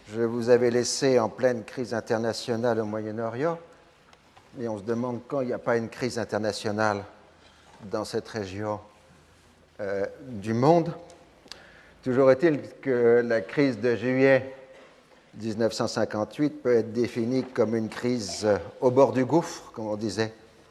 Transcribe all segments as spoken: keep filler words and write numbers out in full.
Je vous avais laissé en pleine crise internationale au Moyen-Orient, et on se demande quand il n'y a pas une crise internationale dans cette région euh, du monde. Toujours est-il que la crise de juillet mille neuf cent cinquante-huit peut être définie comme une crise au bord du gouffre, comme on disait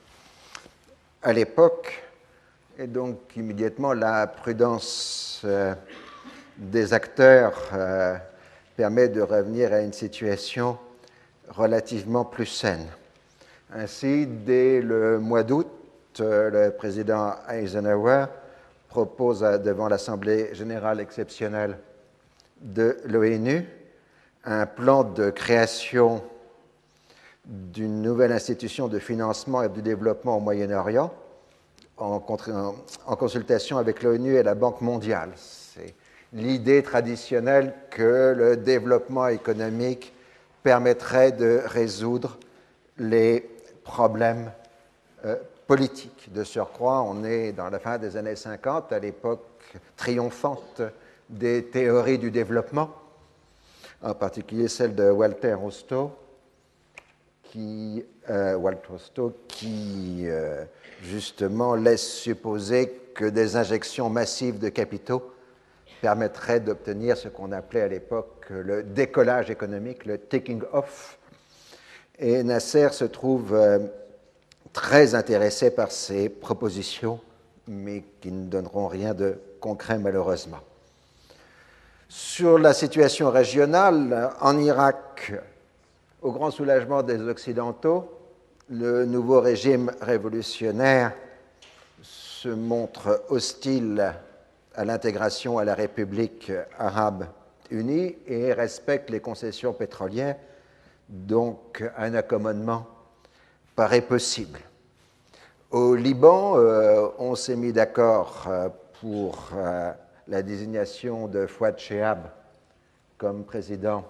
à l'époque, et donc immédiatement la prudence euh, des acteurs euh, permet de revenir à une situation relativement plus saine. Ainsi, dès le mois d'août, le président Eisenhower propose devant l'Assemblée générale exceptionnelle de l'ONU un plan de création d'une nouvelle institution de financement et de développement au Moyen-Orient en, en consultation avec l'ONU et la Banque mondiale. C'est l'idée traditionnelle que le développement économique permettrait de résoudre les problèmes euh, politiques. De surcroît, on est dans la fin des années cinquante, à l'époque triomphante des théories du développement, en particulier celle de Walter Rostow, qui, euh, Walter Rostow, qui euh, justement laisse supposer que des injections massives de capitaux permettraient d'obtenir ce qu'on appelait à l'époque le décollage économique, le taking off. Et Nasser se trouve euh, très intéressé par ces propositions, mais qui ne donneront rien de concret malheureusement. Sur la situation régionale, en Irak, au grand soulagement des Occidentaux, le nouveau régime révolutionnaire se montre hostile à l'intégration à la République arabe unie et respecte les concessions pétrolières, donc un accommodement paraît possible. Au Liban, euh, on s'est mis d'accord euh, pour euh, la désignation de Fouad Chehab comme président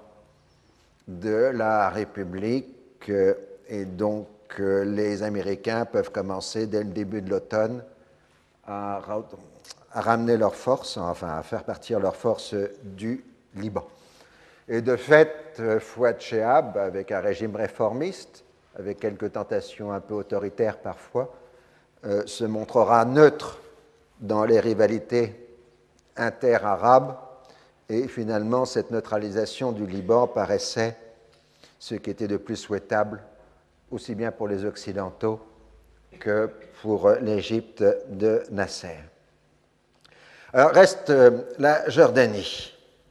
de la République, euh, et donc euh, les Américains peuvent commencer dès le début de l'automne à, à ramener leurs forces, enfin à faire partir leurs forces du Liban. Et de fait, Fouad Chehab, avec un régime réformiste, avec quelques tentations un peu autoritaires parfois, euh, se montrera neutre dans les rivalités inter-arabes, et finalement cette neutralisation du Liban paraissait ce qui était de plus souhaitable, aussi bien pour les Occidentaux que pour l'Égypte de Nasser. Alors reste la Jordanie.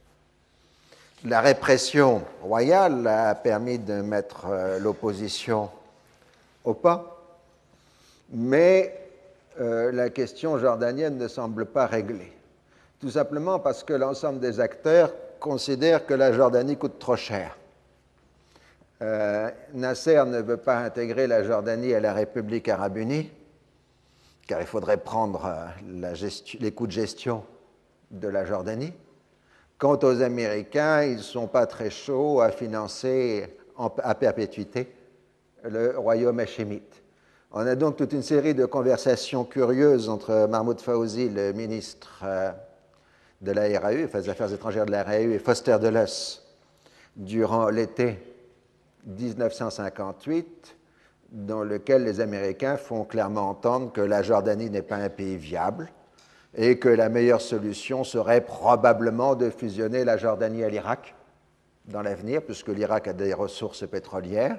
La répression royale a permis de mettre l'opposition au pas, mais euh, la question jordanienne ne semble pas réglée. Tout simplement parce que l'ensemble des acteurs considèrent que la Jordanie coûte trop cher. Euh, Nasser ne veut pas intégrer la Jordanie à la République arabe unie, car il faudrait prendre euh, la gestion, les coûts de gestion de la Jordanie. Quant aux Américains, ils ne sont pas très chauds à financer en, à perpétuité le royaume hachémite. On a donc toute une série de conversations curieuses entre Mahmoud Fawzi, le ministre euh, de la R A U, enfin des Affaires étrangères de la R A U, et Foster Dulles durant l'été mille neuf cent cinquante-huit, dans lequel les Américains font clairement entendre que la Jordanie n'est pas un pays viable et que la meilleure solution serait probablement de fusionner la Jordanie à l'Irak dans l'avenir, puisque l'Irak a des ressources pétrolières,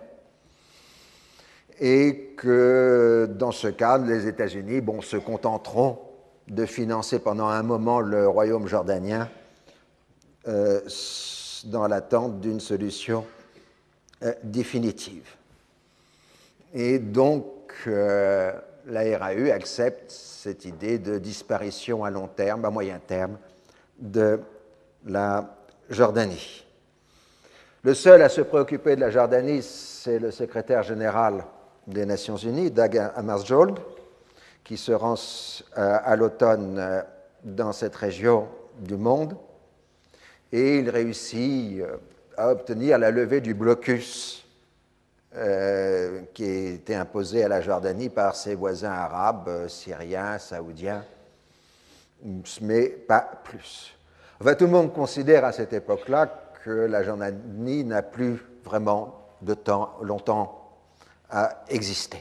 et que dans ce cas, les États-Unis bon, se contenteront de financer pendant un moment le royaume jordanien euh, dans l'attente d'une solution euh, définitive. Et donc, euh, la R A U accepte cette idée de disparition à long terme, à moyen terme, de la Jordanie. Le seul à se préoccuper de la Jordanie, c'est le secrétaire général des Nations Unies, Dag Hammarskjöld, qui se rend euh, à l'automne euh, dans cette région du monde, et il réussit euh, à obtenir la levée du blocus Euh, qui a été imposé à la Jordanie par ses voisins arabes, euh, syriens, saoudiens, mais pas plus. Enfin, tout le monde considère à cette époque-là que la Jordanie n'a plus vraiment de temps, longtemps à exister.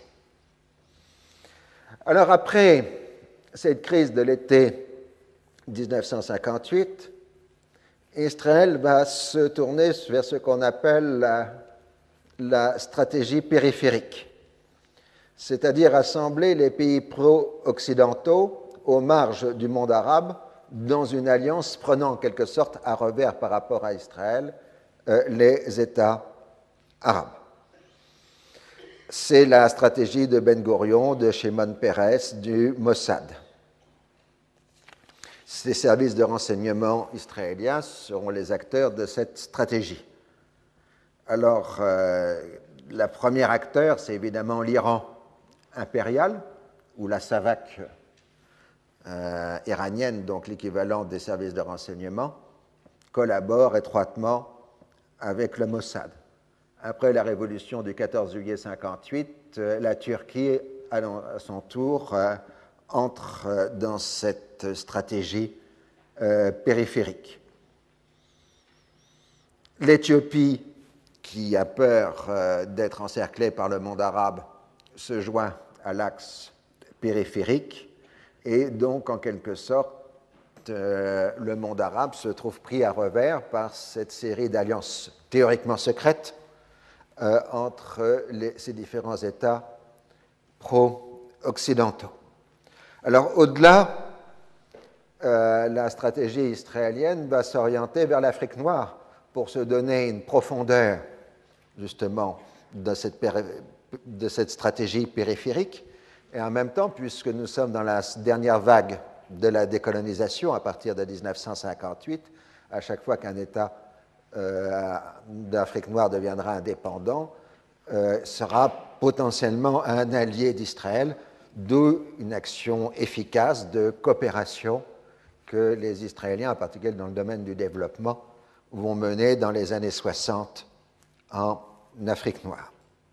Alors après cette crise de l'été mille neuf cent cinquante-huit, Israël va se tourner vers ce qu'on appelle la, la stratégie périphérique, c'est-à-dire assembler les pays pro-occidentaux aux marges du monde arabe dans une alliance prenant en quelque sorte à revers par rapport à Israël euh, les États arabes. C'est la stratégie de Ben Gurion, de Shimon Peres, du Mossad. Ces services de renseignement israéliens seront les acteurs de cette stratégie. Alors, euh, la première acteur, c'est évidemment l'Iran impérial, ou la SAVAK euh, iranienne, donc l'équivalent des services de renseignement, collabore étroitement avec le Mossad. Après la révolution du quatorze juillet cinquante-huit, euh, la Turquie, à son tour, euh, entre euh, dans cette stratégie euh, périphérique. L'Éthiopie, qui a peur euh, d'être encerclée par le monde arabe, se joint à l'axe périphérique et donc, en quelque sorte, euh, le monde arabe se trouve pris à revers par cette série d'alliances théoriquement secrètes euh, entre les, ces différents États pro-occidentaux. Alors, au-delà, euh, la stratégie israélienne va s'orienter vers l'Afrique noire pour se donner une profondeur, justement, de cette, péri- de cette stratégie périphérique. Et en même temps, puisque nous sommes dans la dernière vague de la décolonisation à partir de mille neuf cent cinquante-huit, à chaque fois qu'un État euh, d'Afrique noire deviendra indépendant, euh, sera potentiellement un allié d'Israël, d'où une action efficace de coopération que les Israéliens, en particulier dans le domaine du développement, vont mener dans les années soixante en Afrique noire.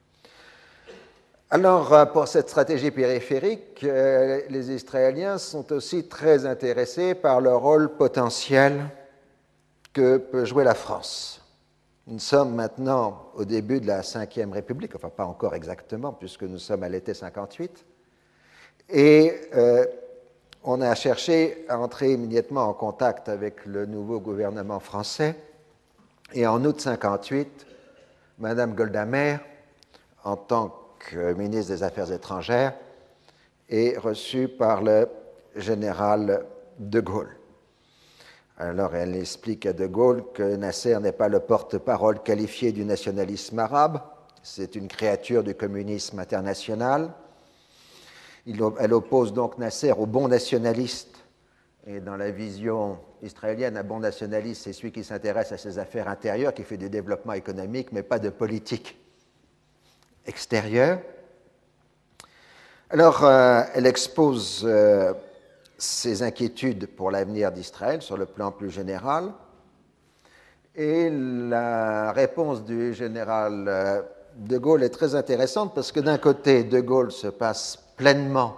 Alors, pour cette stratégie périphérique, les Israéliens sont aussi très intéressés par le rôle potentiel que peut jouer la France. Nous sommes maintenant au début de la Cinquième République, enfin pas encore exactement, puisque nous sommes à l'été cinquante-huit, et euh, on a cherché à entrer immédiatement en contact avec le nouveau gouvernement français, et en août cinquante-huit, Mme Golda Meir, en tant que ministre des Affaires étrangères, est reçue par le général de Gaulle. Alors elle explique à de Gaulle que Nasser n'est pas le porte-parole qualifié du nationalisme arabe, c'est une créature du communisme international. Il, elle oppose donc Nasser au bon nationaliste, et dans la vision israélienne, un bon nationaliste, c'est celui qui s'intéresse à ses affaires intérieures, qui fait du développement économique, mais pas de politique extérieure. Alors, euh, elle expose euh, ses inquiétudes pour l'avenir d'Israël sur le plan plus général, et la réponse du général euh, de Gaulle est très intéressante parce que d'un côté, de Gaulle se passe pleinement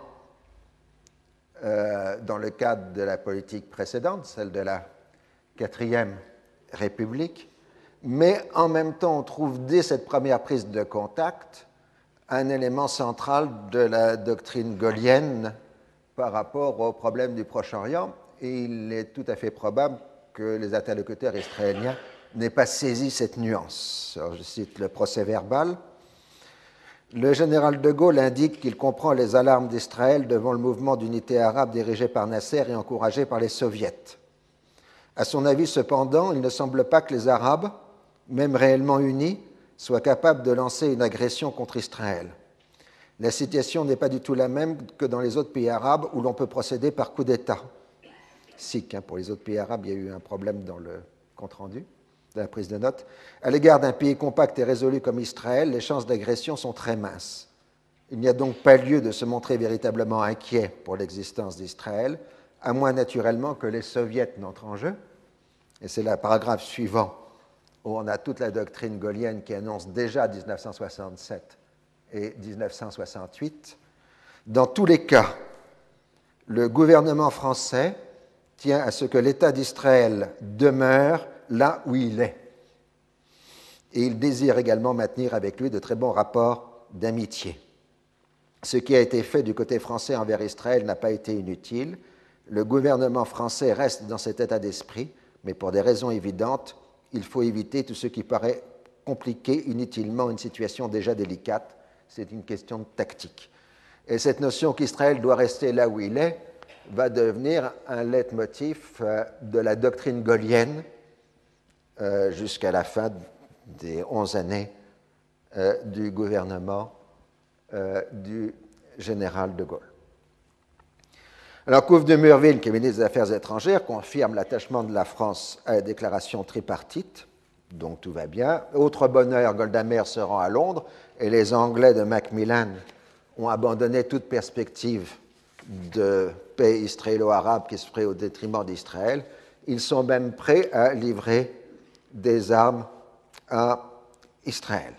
euh, dans le cadre de la politique précédente, celle de la quatrième République, mais en même temps, on trouve dès cette première prise de contact un élément central de la doctrine gaullienne par rapport au problème du Proche-Orient, et il est tout à fait probable que les interlocuteurs israéliens n'aient pas saisi cette nuance. Alors, je cite le procès-verbal. Le général de Gaulle indique qu'il comprend les alarmes d'Israël devant le mouvement d'unité arabe dirigé par Nasser et encouragé par les soviets. À son avis, cependant, il ne semble pas que les Arabes, même réellement unis, soient capables de lancer une agression contre Israël. La situation n'est pas du tout la même que dans les autres pays arabes où l'on peut procéder par coup d'État. Si, hein, pour les autres pays arabes, il y a eu un problème dans le compte-rendu, de la prise de notes. À l'égard d'un pays compact et résolu comme Israël, les chances d'agression sont très minces. Il n'y a donc pas lieu de se montrer véritablement inquiet pour l'existence d'Israël, à moins naturellement que les soviets n'entrent en jeu. Et c'est le paragraphe suivant où on a toute la doctrine gaullienne qui annonce déjà mille neuf cent soixante-sept et mille neuf cent soixante-huit. Dans tous les cas, le gouvernement français tient à ce que l'État d'Israël demeure là où il est, et il désire également maintenir avec lui de très bons rapports d'amitié. Ce qui a été fait du côté français envers Israël n'a pas été inutile. Le gouvernement français reste dans cet état d'esprit, mais pour des raisons évidentes, il faut éviter tout ce qui paraît compliquer inutilement une situation déjà délicate. C'est une question de tactique. Et cette notion qu'Israël doit rester là où il est va devenir un leitmotiv de la doctrine gaullienne euh, jusqu'à la fin des onze années euh, du gouvernement euh, du général de Gaulle. Alors, Couve de Murville, qui est ministre des Affaires étrangères, confirme l'attachement de la France à la déclaration tripartite, donc tout va bien. Autre bonheur, Golda Meir se rend à Londres et les Anglais de Macmillan ont abandonné toute perspective de paix israélo-arabe qui se ferait au détriment d'Israël. Ils sont même prêts à livrer des armes à Israël.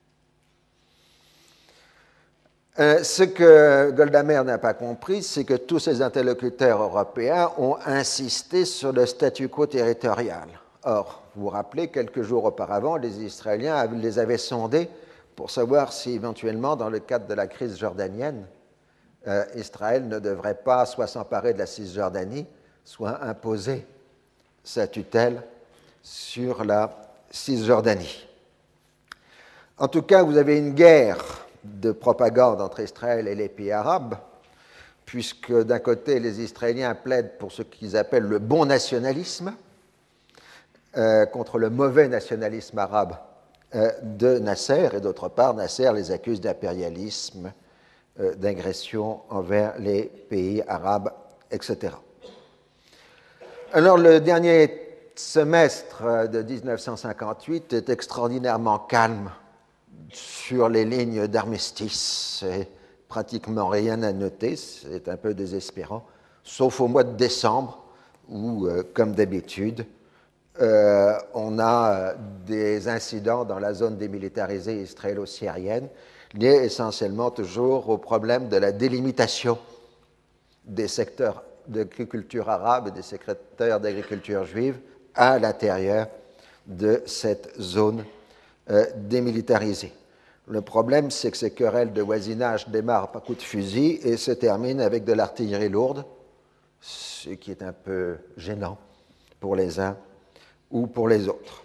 Euh, ce que Golda Meir n'a pas compris, c'est que tous ses interlocuteurs européens ont insisté sur le statu quo territorial. Or, vous vous rappelez, quelques jours auparavant, les Israéliens les avaient sondés pour savoir si, éventuellement, dans le cadre de la crise jordanienne, euh, Israël ne devrait pas soit s'emparer de la Cisjordanie, soit imposer sa tutelle sur la Cisjordanie. En tout cas, vous avez une guerre de propagande entre Israël et les pays arabes, puisque d'un côté, les Israéliens plaident pour ce qu'ils appellent le bon nationalisme, euh, contre le mauvais nationalisme arabe euh, de Nasser, et d'autre part, Nasser les accuse d'impérialisme, euh, d'agression envers les pays arabes, et cetera. Alors, le dernier semestre de mille neuf cent cinquante-huit est extraordinairement calme sur les lignes d'armistice. C'est pratiquement rien à noter, c'est un peu désespérant, sauf au mois de décembre où, euh, comme d'habitude, euh, on a des incidents dans la zone démilitarisée israélo-syrienne liés essentiellement toujours au problème de la délimitation des secteurs d'agriculture arabe et des secteurs d'agriculture juive à l'intérieur de cette zone euh, démilitarisée. Le problème, c'est que ces querelles de voisinage démarrent par coups de fusil et se terminent avec de l'artillerie lourde, ce qui est un peu gênant pour les uns ou pour les autres.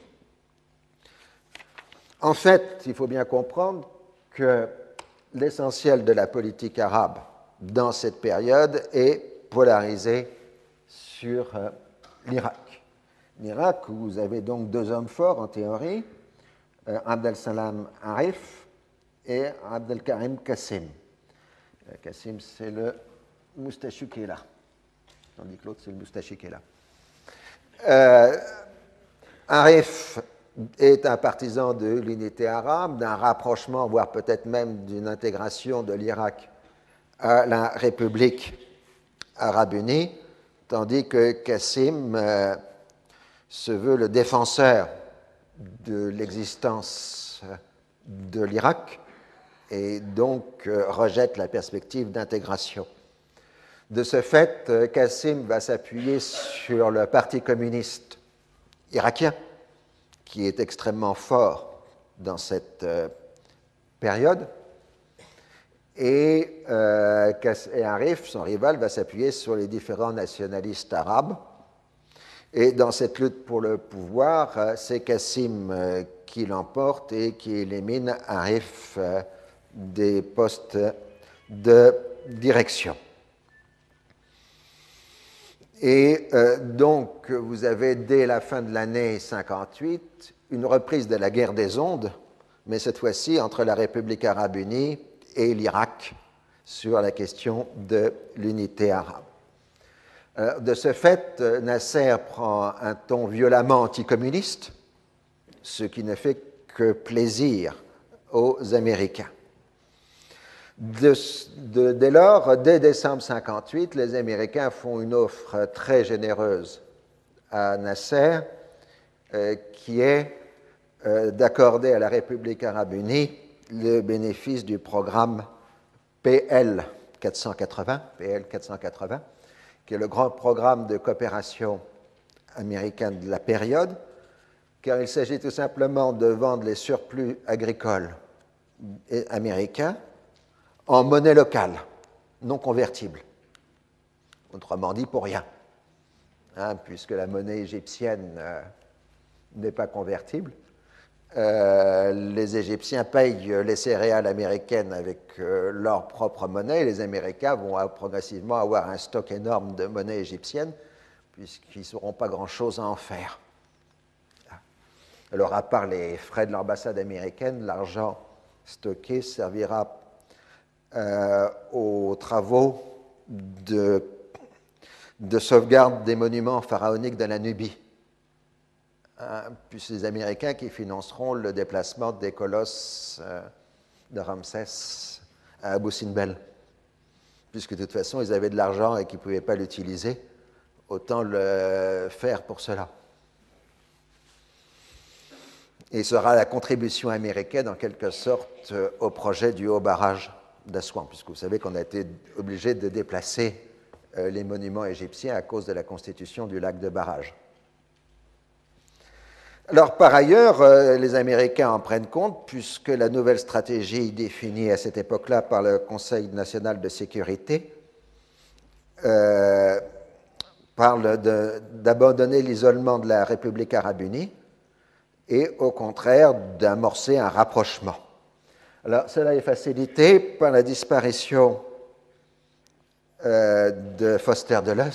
En fait, il faut bien comprendre que l'essentiel de la politique arabe dans cette période est polarisé sur euh, l'Irak. L'Irak, où vous avez donc deux hommes forts en théorie, euh, Abdel Salam Arif et Abdel Karim Qassim. Euh, Qassim, c'est le moustachu qui est là, tandis que l'autre, c'est le moustachu qui est là. Euh, Arif est un partisan de l'unité arabe, d'un rapprochement, voire peut-être même d'une intégration de l'Irak à la République arabe unie, tandis que Qassim euh, se veut le défenseur de l'existence de l'Irak et donc euh, rejette la perspective d'intégration. De ce fait, euh, Qassim va s'appuyer sur le Parti communiste irakien, qui est extrêmement fort dans cette euh, période, et, euh, et Arif, son rival, va s'appuyer sur les différents nationalistes arabes. Et dans cette lutte pour le pouvoir, euh, c'est Qassim euh, qui l'emporte et qui élimine Arif euh, des postes de direction. Et euh, donc, vous avez dès la fin de l'année cinquante-huit une reprise de la guerre des ondes, mais cette fois-ci entre la République arabe unie et l'Irak sur la question de l'unité arabe. Alors, de ce fait, Nasser prend un ton violemment anticommuniste, ce qui ne fait que plaisir aux Américains. De, de, dès lors, dès décembre cinquante-huit, les Américains font une offre très généreuse à Nasser, euh, qui est euh, d'accorder à la République arabe unie le bénéfice du programme P L quatre cent quatre-vingts, P L quatre cent quatre-vingts, qui est le grand programme de coopération américaine de la période, car il s'agit tout simplement de vendre les surplus agricoles américains en monnaie locale, non convertible. Autrement dit, pour rien, hein, puisque la monnaie égyptienne euh, n'est pas convertible. Euh, les Égyptiens payent les céréales américaines avec euh, leur propre monnaie. Les Américains vont euh, progressivement avoir un stock énorme de monnaie égyptienne, puisqu'ils n'auront pas grand-chose à en faire. Alors, à part les frais de l'ambassade américaine, l'argent stocké servira euh, aux travaux de, de sauvegarde des monuments pharaoniques de la Nubie. Hein, puis c'est les Américains qui financeront le déplacement des colosses euh, de Ramsès à Abu Simbel. Puisque de toute façon, ils avaient de l'argent et qu'ils ne pouvaient pas l'utiliser, autant le faire pour cela. Et ce sera la contribution américaine, en quelque sorte, au projet du haut barrage d'Assouan, puisque vous savez qu'on a été obligé de déplacer euh, les monuments égyptiens à cause de la constitution du lac de barrage. Alors, par ailleurs, euh, les Américains en prennent compte, puisque la nouvelle stratégie définie à cette époque-là par le Conseil national de sécurité euh, parle d'abandonner l'isolement de la République arabe unie et, au contraire, d'amorcer un rapprochement. Alors, cela est facilité par la disparition euh, de Foster Dulles,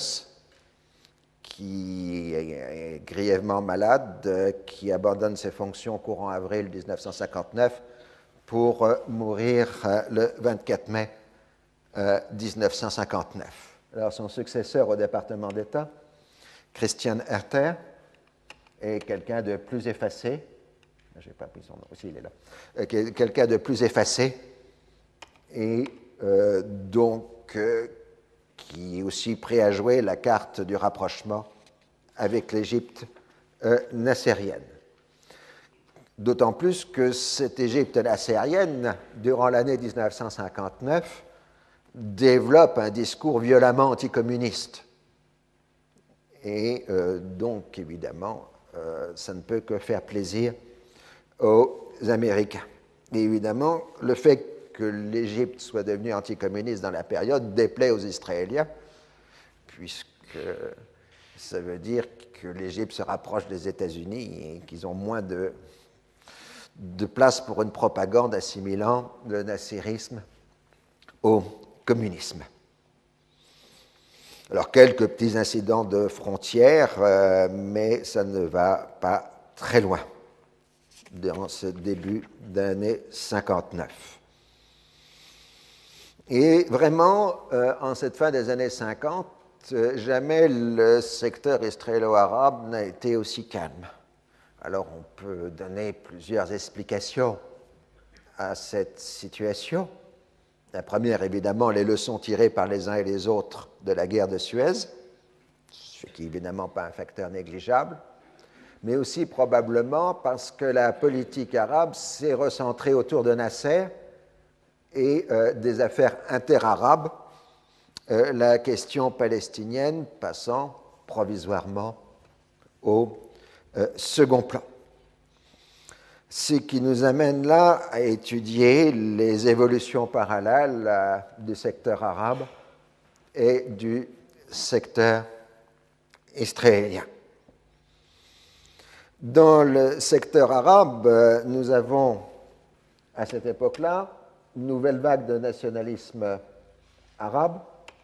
qui est grièvement malade, qui abandonne ses fonctions courant avril mille neuf cent cinquante-neuf pour mourir le vingt-quatre mai mille neuf cent cinquante-neuf. Alors, son successeur au département d'État, Christian Herter, est quelqu'un de plus effacé. Je n'ai pas pris son nom aussi, il est là. Quelqu'un de plus effacé et euh, donc euh, qui est aussi prêt à jouer la carte du rapprochement avec l'Égypte euh, nassérienne. D'autant plus que cette Égypte nassérienne, durant l'année mille neuf cent cinquante-neuf, développe un discours violemment anticommuniste. Et euh, donc, évidemment, euh, ça ne peut que faire plaisir aux Américains. Et évidemment, le fait que l'Égypte soit devenue anticommuniste dans la période déplaît aux Israéliens, puisque ça veut dire que l'Égypte se rapproche des États-Unis et qu'ils ont moins de, de place pour une propagande assimilant le nassérisme au communisme. Alors, quelques petits incidents de frontières, euh, mais ça ne va pas très loin dans ce début d'année cinquante-neuf. Et vraiment, euh, en cette fin des années cinquante, euh, jamais le secteur israélo-arabe n'a été aussi calme. Alors, on peut donner plusieurs explications à cette situation. La première, évidemment, les leçons tirées par les uns et les autres de la guerre de Suez, ce qui n'est évidemment pas un facteur négligeable, mais aussi probablement parce que la politique arabe s'est recentrée autour de Nasser et euh, des affaires interarabes, euh, la question palestinienne passant provisoirement au euh, second plan. Ce qui nous amène là à étudier les évolutions parallèles euh, du secteur arabe et du secteur israélien. Dans le secteur arabe, euh, nous avons à cette époque-là une nouvelle vague de nationalisme arabe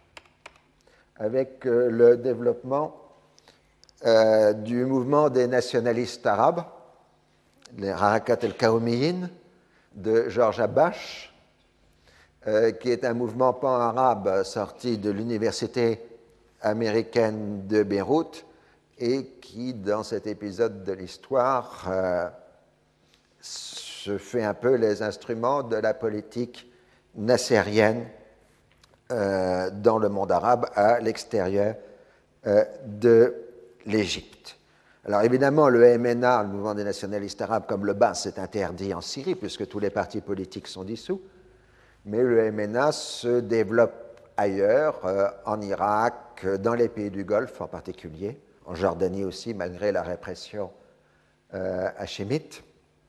avec euh, le développement euh, du mouvement des nationalistes arabes, les Harakat el-Kaoumiyin de Georges Habash, euh, qui est un mouvement pan-arabe sorti de l'université américaine de Beyrouth et qui, dans cet épisode de l'histoire, euh, se fait un peu les instruments de la politique nassérienne euh, dans le monde arabe à l'extérieur euh, de l'Égypte. Alors évidemment, le M N A, le mouvement des nationalistes arabes, comme le B A S, c'est interdit en Syrie, puisque tous les partis politiques sont dissous, mais le M N A se développe ailleurs, euh, en Irak, dans les pays du Golfe en particulier, en Jordanie aussi, malgré la répression euh, hachémite.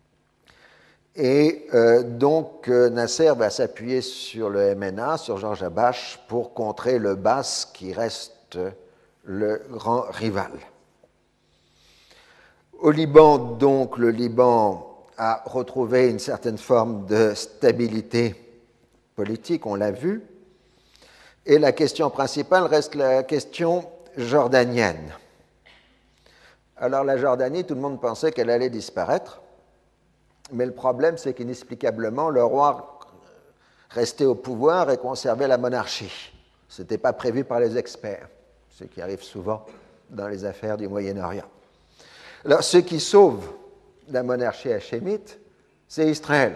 Et euh, donc euh, Nasser va s'appuyer sur le M N A, sur Georges Habash, pour contrer le Baas qui reste le grand rival. Au Liban, donc, le Liban a retrouvé une certaine forme de stabilité politique, on l'a vu, et la question principale reste la question jordanienne. Alors la Jordanie, tout le monde pensait qu'elle allait disparaître, mais le problème, c'est qu'inexplicablement, le roi restait au pouvoir et conservait la monarchie. Ce n'était pas prévu par les experts, ce qui arrive souvent dans les affaires du Moyen-Orient. Alors, ce qui sauve la monarchie hachémite, c'est Israël.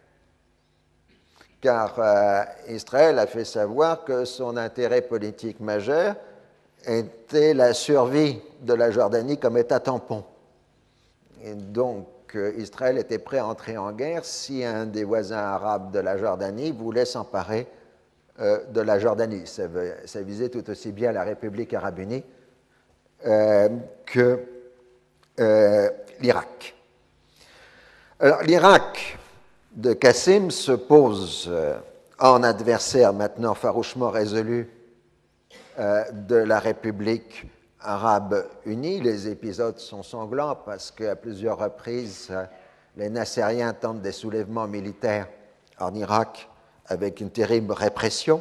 Car euh, Israël a fait savoir que son intérêt politique majeur était la survie de la Jordanie comme État tampon. Et donc, euh, Israël était prêt à entrer en guerre si un des voisins arabes de la Jordanie voulait s'emparer euh, de la Jordanie. Ça, ça visait tout aussi bien la République arabe unie euh, que euh, l'Irak. Alors, l'Irak de Qassim se pose euh, en adversaire maintenant farouchement résolu euh, de la République arabe unie. Les épisodes sont sanglants parce qu'à plusieurs reprises, euh, les Nassériens tentent des soulèvements militaires en Irak avec une terrible répression,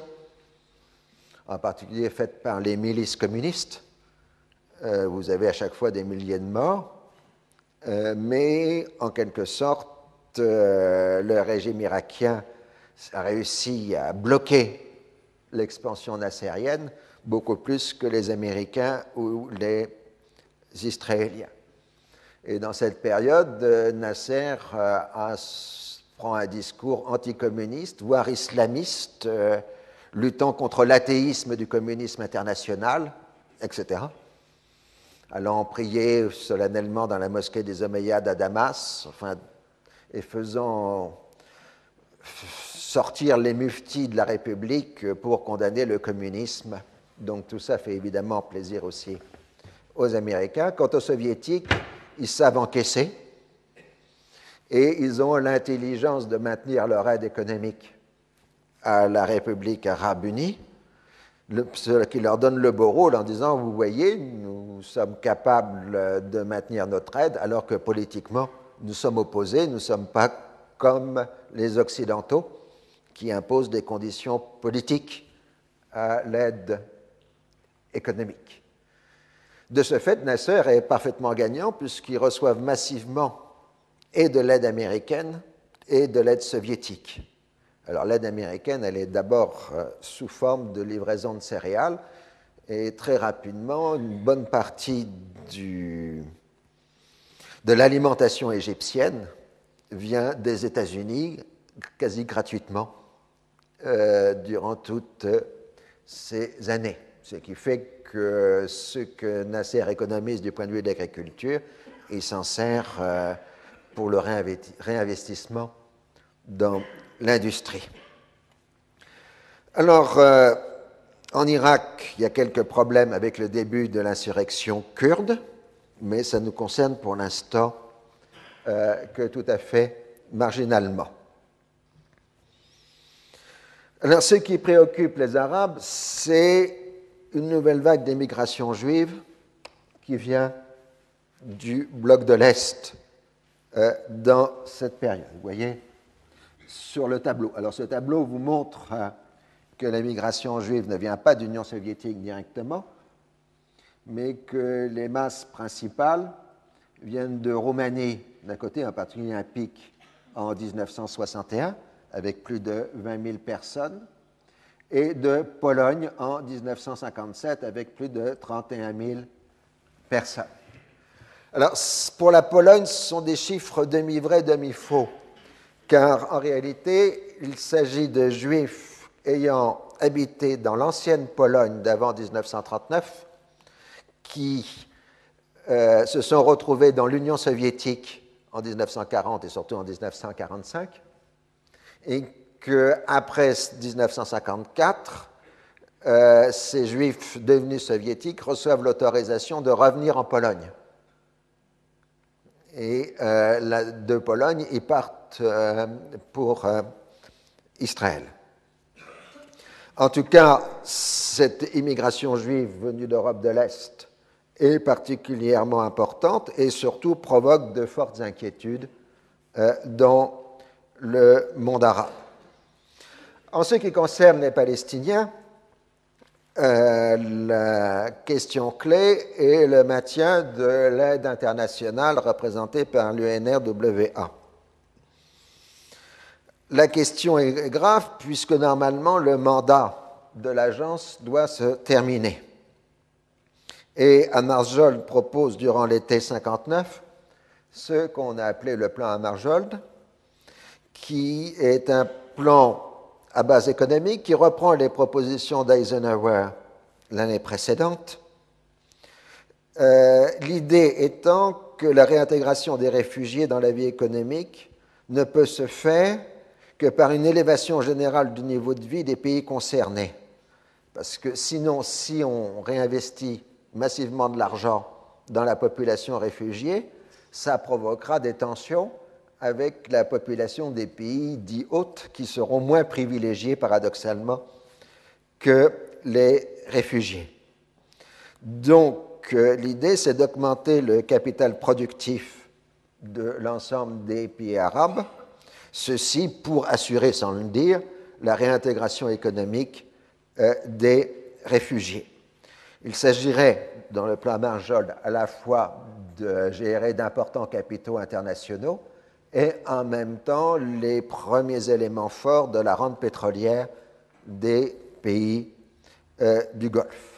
en particulier faite par les milices communistes. Euh, vous avez à chaque fois des milliers de morts, euh, mais en quelque sorte, euh, le régime irakien a réussi à bloquer l'expansion nassérienne beaucoup plus que les Américains ou les Israéliens. Et dans cette période, Nasser euh, a, prend un discours anticommuniste, voire islamiste, euh, luttant contre l'athéisme du communisme international, et cetera, allant prier solennellement dans la mosquée des Omeyyades à Damas, enfin, et faisant sortir les muftis de la République pour condamner le communisme. Donc tout ça fait évidemment plaisir aussi aux Américains. Quant aux Soviétiques, ils savent encaisser et ils ont l'intelligence de maintenir leur aide économique à la République arabe unie, le, ce qui leur donne le beau rôle en disant, vous voyez, nous sommes capables de maintenir notre aide alors que politiquement, nous sommes opposés, nous ne sommes pas comme les Occidentaux qui imposent des conditions politiques à l'aide économique. De ce fait, Nasser est parfaitement gagnant puisqu'ils reçoivent massivement et de l'aide américaine et de l'aide soviétique. Alors l'aide américaine, elle est d'abord euh, sous forme de livraison de céréales et très rapidement, une bonne partie du, de l'alimentation égyptienne vient des États-Unis quasi gratuitement euh, durant toutes ces années. Ce qui fait que ce que Nasser économise du point de vue de l'agriculture, il s'en sert euh, pour le réinvestissement dans l'industrie. Alors, euh, en Irak, il y a quelques problèmes avec le début de l'insurrection kurde, mais ça nous concerne pour l'instant euh, que tout à fait marginalement. Alors, ce qui préoccupe les Arabes, c'est une nouvelle vague d'émigration juive qui vient du bloc de l'Est euh, dans cette période. Vous voyez sur le tableau. Alors, ce tableau vous montre euh, que l'immigration juive ne vient pas d'Union soviétique directement, mais que les masses principales viennent de Roumanie, d'un côté, en particulier un pic en dix-neuf cent soixante et un, avec plus de vingt mille personnes, et de Pologne en dix-neuf cent cinquante-sept, avec plus de trente et un mille personnes. Alors, pour la Pologne, ce sont des chiffres demi-vrais, demi-faux, car en réalité, il s'agit de juifs ayant habité dans l'ancienne Pologne d'avant dix-neuf cent trente-neuf, qui euh, se sont retrouvés dans l'Union soviétique en dix-neuf cent quarante et surtout en dix-neuf cent quarante-cinq, et qu'après dix-neuf cent cinquante-quatre, euh, ces juifs devenus soviétiques reçoivent l'autorisation de revenir en Pologne. et euh, la, de Pologne, ils partent euh, pour euh, Israël. En tout cas, cette immigration juive venue d'Europe de l'Est est particulièrement importante et surtout provoque de fortes inquiétudes euh, dans le monde arabe. En ce qui concerne les Palestiniens, euh, la question clé est le maintien de l'aide internationale représentée par l'U N R W A. La question est grave puisque normalement le mandat de l'agence doit se terminer. Et Hammarskjöld propose durant l'été cinquante-neuf ce qu'on a appelé le plan Hammarskjöld, qui est un plan à base économique qui reprend les propositions d'Eisenhower l'année précédente. Euh, l'idée étant que la réintégration des réfugiés dans la vie économique ne peut se faire que par une élévation générale du niveau de vie des pays concernés. Parce que sinon, si on réinvestit massivement de l'argent dans la population réfugiée, ça provoquera des tensions avec la population des pays dits hôtes qui seront moins privilégiés, paradoxalement, que les réfugiés. Donc, euh, l'idée, c'est d'augmenter le capital productif de l'ensemble des pays arabes, ceci pour assurer, sans le dire, la réintégration économique euh, des réfugiés. Il s'agirait, dans le plan Hammarskjöld, à la fois de gérer d'importants capitaux internationaux et en même temps les premiers éléments forts de la rente pétrolière des pays euh, du Golfe.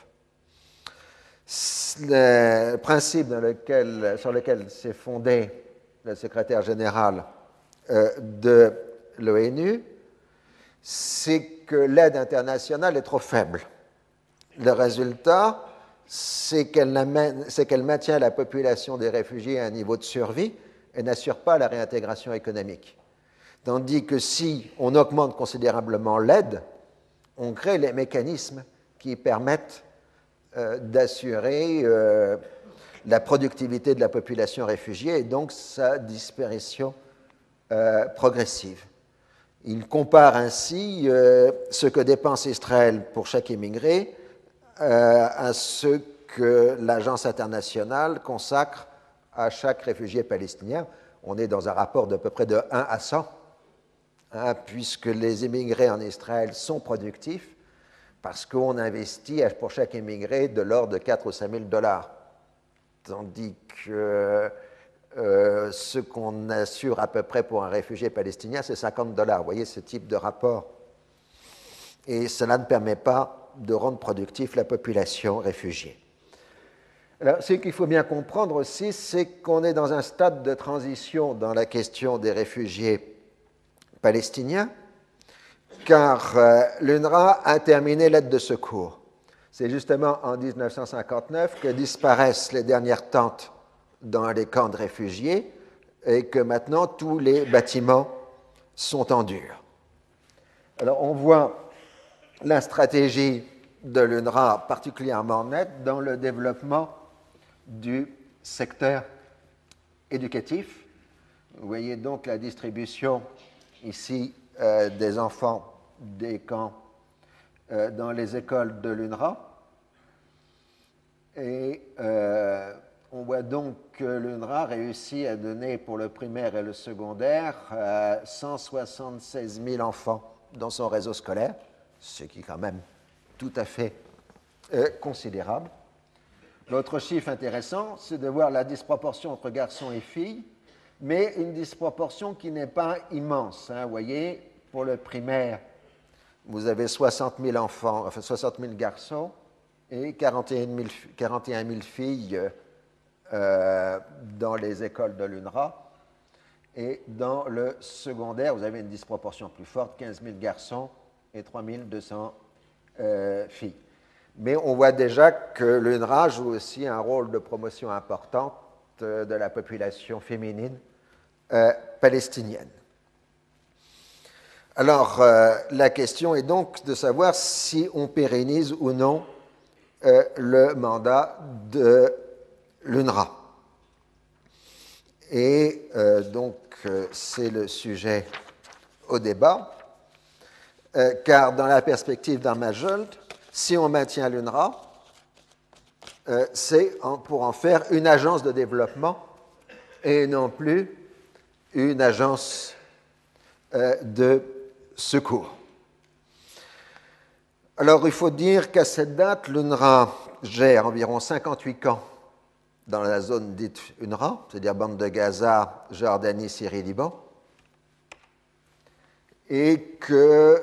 Le principe dans lequel, sur lequel s'est fondé le secrétaire général euh, de l'ONU, c'est que l'aide internationale est trop faible. Le résultat, c'est qu'elle, c'est qu'elle maintient la population des réfugiés à un niveau de survie et n'assure pas la réintégration économique. Tandis que si on augmente considérablement l'aide, on crée les mécanismes qui permettent euh, d'assurer euh, la productivité de la population réfugiée et donc sa disparition euh, progressive. Il compare ainsi euh, ce que dépense Israël pour chaque immigré euh, à ce que l'Agence internationale consacre à chaque réfugié palestinien. On est dans un rapport d'à peu près de un à cent, hein, puisque les immigrés en Israël sont productifs, parce qu'on investit pour chaque immigré de l'ordre de quatre ou cinq mille dollars. Tandis que euh, ce qu'on assure à peu près pour un réfugié palestinien, c'est cinquante dollars. Vous voyez ce type de rapport. Et cela ne permet pas de rendre productif la population réfugiée. Alors, ce qu'il faut bien comprendre aussi, c'est qu'on est dans un stade de transition dans la question des réfugiés palestiniens, car euh, l'U N R W A a terminé l'aide de secours. C'est justement en mille neuf cent cinquante-neuf que disparaissent les dernières tentes dans les camps de réfugiés et que maintenant tous les bâtiments sont en dur. Alors, on voit la stratégie de l'U N R W A particulièrement nette dans le développement du secteur éducatif. Vous voyez donc la distribution ici euh, des enfants des camps euh, dans les écoles de l'U N R W A. Et euh, on voit donc que l'U N R W A réussit à donner pour le primaire et le secondaire euh, cent soixante-seize mille enfants dans son réseau scolaire, ce qui est quand même tout à fait euh, considérable. L'autre chiffre intéressant, c'est de voir la disproportion entre garçons et filles, mais une disproportion qui n'est pas immense. Hein. Vous voyez, pour le primaire, vous avez soixante mille enfants, enfin soixante mille garçons et quarante et un mille filles euh, dans les écoles de l'U N R W A. Et dans le secondaire, vous avez une disproportion plus forte, quinze mille garçons et trois mille deux cents euh, filles. Mais on voit déjà que l'U N R W A joue aussi un rôle de promotion importante de la population féminine euh, palestinienne. Alors, euh, la question est donc de savoir si on pérennise ou non euh, le mandat de l'U N R W A. Et euh, donc, euh, c'est le sujet au débat, euh, car dans la perspective d'Armajold, si on maintient l'UNRWA, euh, c'est en, pour en faire une agence de développement et non plus une agence euh, de secours. Alors, il faut dire qu'à cette date, l'UNRWA gère environ cinquante-huit camps dans la zone dite UNRWA, c'est-à-dire bande de Gaza, Jordanie, Syrie, Liban, et que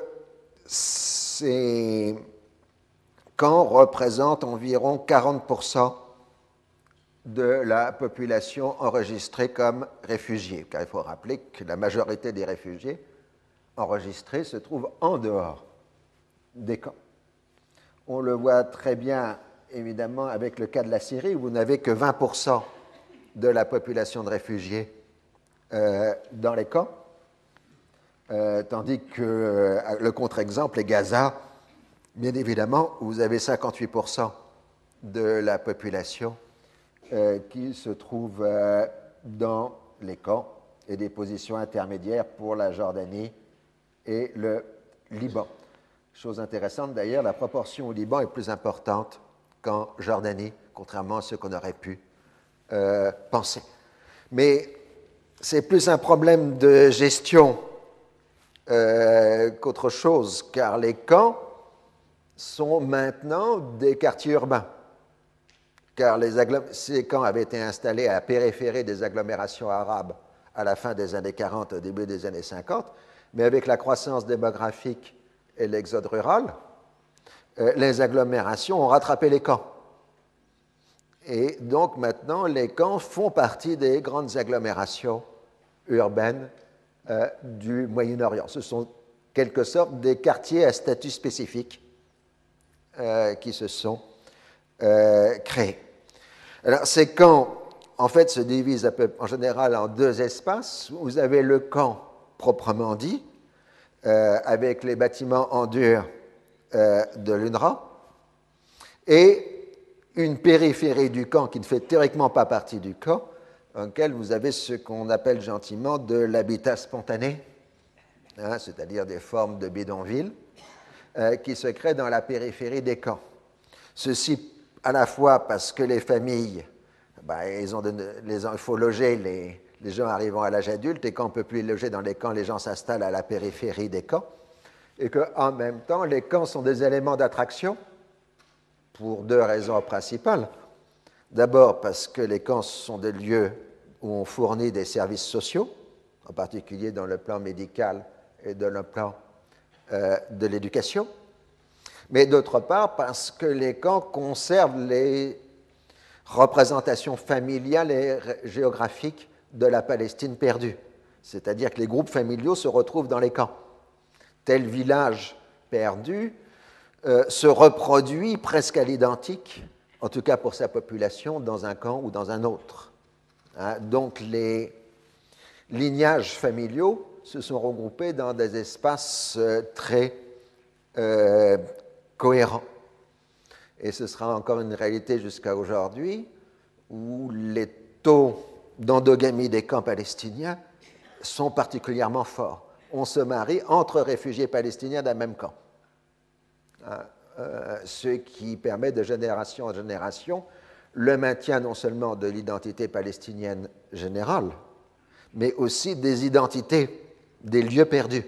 ces camps représentent environ quarante pour cent de la population enregistrée comme réfugiée, car il faut rappeler que la majorité des réfugiés enregistrés se trouvent en dehors des camps. On le voit très bien, évidemment, avec le cas de la Syrie, où vous n'avez que vingt pour cent de la population de réfugiés euh, dans les camps, euh, tandis que euh, le contre-exemple est Gaza, bien évidemment, où vous avez cinquante-huit pour cent de la population euh, qui se trouve euh, dans les camps et des positions intermédiaires pour la Jordanie et le Liban. Chose intéressante d'ailleurs, la proportion au Liban est plus importante qu'en Jordanie, contrairement à ce qu'on aurait pu euh, penser. Mais c'est plus un problème de gestion euh, qu'autre chose, car les camps sont maintenant des quartiers urbains, car les ces camps avaient été installés à la périphérie des agglomérations arabes à la fin des années quarante, au début des années cinquante, mais avec la croissance démographique et l'exode rural, euh, les agglomérations ont rattrapé les camps. Et donc maintenant, les camps font partie des grandes agglomérations urbaines euh, du Moyen-Orient. Ce sont, en quelque sorte, des quartiers à statut spécifique euh, qui se sont euh, créés. Alors, ces camps, en fait, se divisent à peu, en général en deux espaces. Vous avez le camp proprement dit, Euh, avec les bâtiments en dur euh, de l'UNRWA, et une périphérie du camp qui ne fait théoriquement pas partie du camp, dans lequel vous avez ce qu'on appelle gentiment de l'habitat spontané, hein, c'est-à-dire des formes de bidonvilles, euh, qui se créent dans la périphérie des camps. Ceci à la fois parce que les familles, ben, ils ont de, les, il faut loger les les gens arrivant à l'âge adulte, et quand on ne peut plus les loger dans les camps, les gens s'installent à la périphérie des camps, et qu'en même temps, les camps sont des éléments d'attraction pour deux raisons principales. D'abord parce que les camps sont des lieux où on fournit des services sociaux, en particulier dans le plan médical et dans le plan euh, de l'éducation, mais d'autre part parce que les camps conservent les représentations familiales et géographiques de la Palestine perdue, c'est-à-dire que les groupes familiaux se retrouvent dans les camps. Tel village perdu euh, se reproduit presque à l'identique, en tout cas pour sa population, dans un camp ou dans un autre. Hein, donc les lignages familiaux se sont regroupés dans des espaces euh, très euh, cohérents. Et ce sera encore une réalité jusqu'à aujourd'hui, où les taux d'endogamie des camps palestiniens sont particulièrement forts. On se marie entre réfugiés palestiniens d'un même camp, hein, euh, ce qui permet de génération en génération le maintien non seulement de l'identité palestinienne générale, mais aussi des identités des lieux perdus.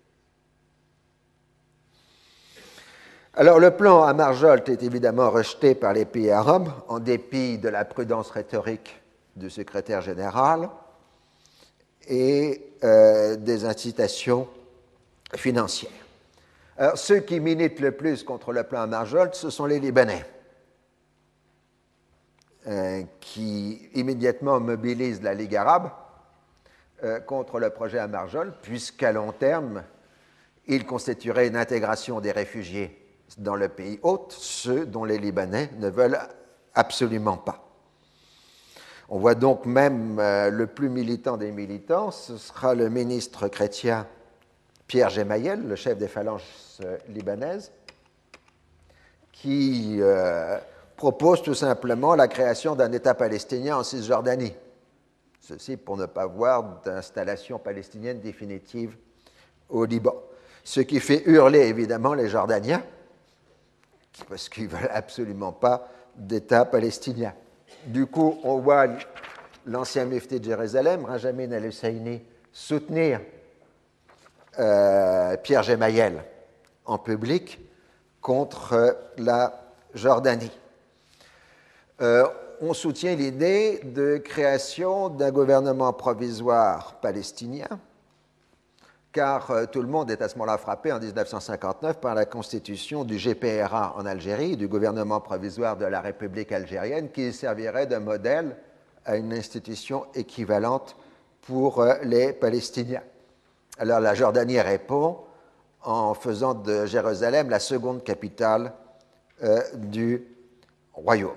Alors le plan à Marjolt est évidemment rejeté par les pays arabes, en dépit de la prudence rhétorique du secrétaire général et euh, des incitations financières. Alors, ceux qui militent le plus contre le plan à Marjolt, ce sont les Libanais, euh, qui immédiatement mobilisent la Ligue arabe euh, contre le projet à Marjolt, puisqu'à long terme, il constituerait une intégration des réfugiés dans le pays hôte, ceux dont les Libanais ne veulent absolument pas. On voit donc même euh, le plus militant des militants, ce sera le ministre chrétien Pierre Gemayel, le chef des phalanges euh, libanaises, qui euh, propose tout simplement la création d'un État palestinien en Cisjordanie, Ceci pour ne pas voir d'installation palestinienne définitive au Liban. Ce qui fait hurler évidemment les Jordaniens, parce qu'ils ne veulent absolument pas d'État palestinien. Du coup, on voit l'ancien mufti de Jérusalem, Benjamin al-Husseini, soutenir euh, Pierre Gemayel en public contre euh, la Jordanie. Euh, on soutient l'idée de création d'un gouvernement provisoire palestinien, car euh, tout le monde est à ce moment-là frappé en mille neuf cent cinquante-neuf par la constitution du G P R A en Algérie, du gouvernement provisoire de la République algérienne, qui servirait de modèle à une institution équivalente pour euh, les Palestiniens. Alors la Jordanie répond en faisant de Jérusalem la seconde capitale euh, du royaume.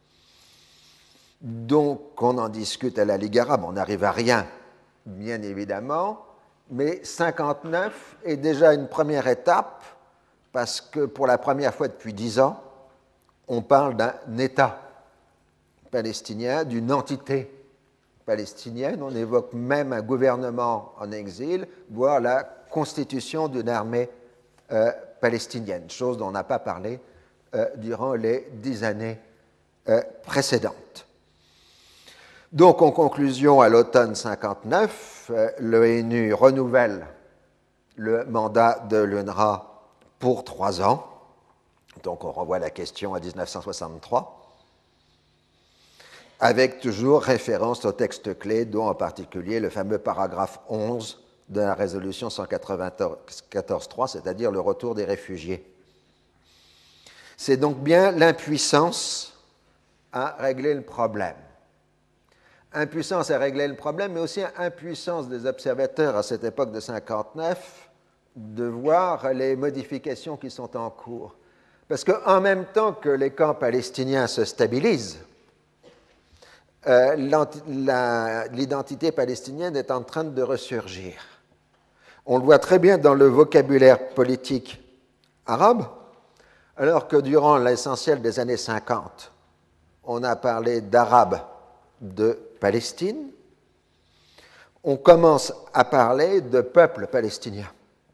Donc on en discute à la Ligue arabe, on n'arrive à rien, bien évidemment, mais cinquante-neuf est déjà une première étape parce que pour la première fois depuis dix ans, on parle d'un État palestinien, d'une entité palestinienne, on évoque même un gouvernement en exil, voire la constitution d'une armée euh, palestinienne, chose dont on n'a pas parlé euh, durant les dix années euh, précédentes. Donc, en conclusion, à l'automne cinquante-neuf, euh, l'ONU renouvelle le mandat de l'U N R W A pour trois ans. Donc, on renvoie la question à mille neuf cent soixante-trois, avec toujours référence au texte clé, dont en particulier le fameux paragraphe onze de la résolution cent quatre-vingt-quatorze trois, c'est-à-dire le retour des réfugiés. C'est donc bien l'impuissance à régler le problème. Impuissance à régler le problème, mais aussi impuissance des observateurs à cette époque de cinquante-neuf de voir les modifications qui sont en cours. Parce qu'en même temps que les camps palestiniens se stabilisent, euh, l'identité palestinienne est en train de ressurgir. On le voit très bien dans le vocabulaire politique arabe, alors que durant l'essentiel des années cinquante, on a parlé d'Arabes de Palestine, on commence à parler de peuple palestinien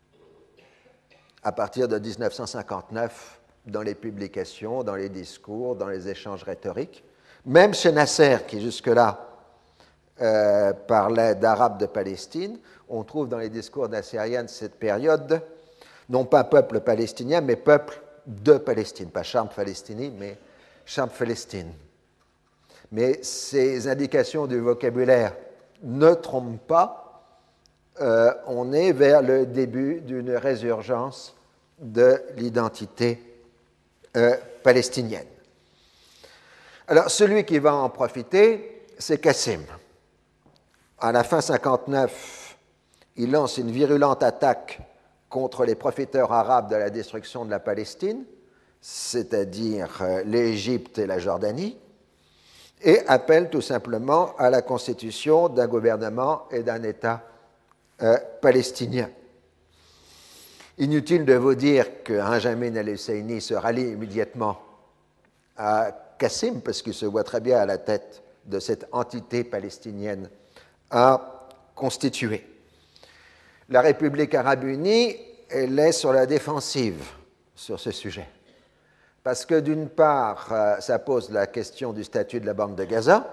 à partir de mille neuf cent cinquante-neuf dans les publications, dans les discours, dans les échanges rhétoriques. Même chez Nasser, qui jusque-là euh, parlait d'Arabes de Palestine, on trouve dans les discours nassériens de cette période non pas peuple palestinien, mais peuple de Palestine, pas Sham Palestini, mais Sham Palestine. Mais ces indications du vocabulaire ne trompent pas, euh, on est vers le début d'une résurgence de l'identité euh, palestinienne. Alors, celui qui va en profiter, c'est Qassim. À la fin cinquante-neuf, il lance une virulente attaque contre les profiteurs arabes de la destruction de la Palestine, c'est-à-dire euh, l'Égypte et la Jordanie, et appelle tout simplement à la constitution d'un gouvernement et d'un État euh, palestinien. Inutile de vous dire que Benjamin al-Husseini se rallie immédiatement à Qassim, parce qu'il se voit très bien à la tête de cette entité palestinienne à constituer. La République arabe unie, elle est sur la défensive sur ce sujet. Parce que d'une part, ça pose la question du statut de la bande de Gaza,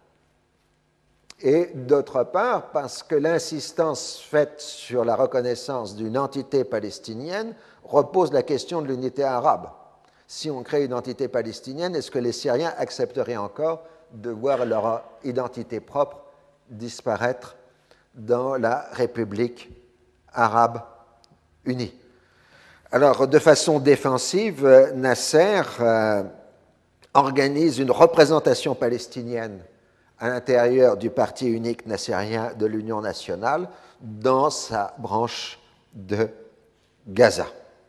et d'autre part, parce que l'insistance faite sur la reconnaissance d'une entité palestinienne repose la question de l'unité arabe. Si on crée une entité palestinienne, est-ce que les Syriens accepteraient encore de voir leur identité propre disparaître dans la République arabe unie? Alors, de façon défensive, Nasser euh, organise une représentation palestinienne à l'intérieur du parti unique nassérien de l'Union nationale dans sa branche de Gaza.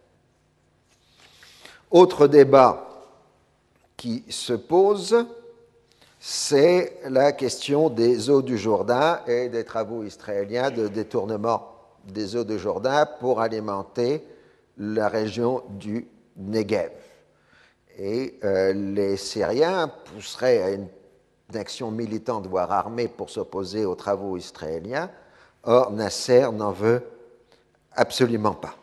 Autre débat qui se pose, c'est la question des eaux du Jourdain et des travaux israéliens de détournement des eaux du Jourdain pour alimenter la région du Negev. Et euh, les Syriens pousseraient à une action militante, voire armée, pour s'opposer aux travaux israéliens. Or, Nasser n'en veut absolument pas.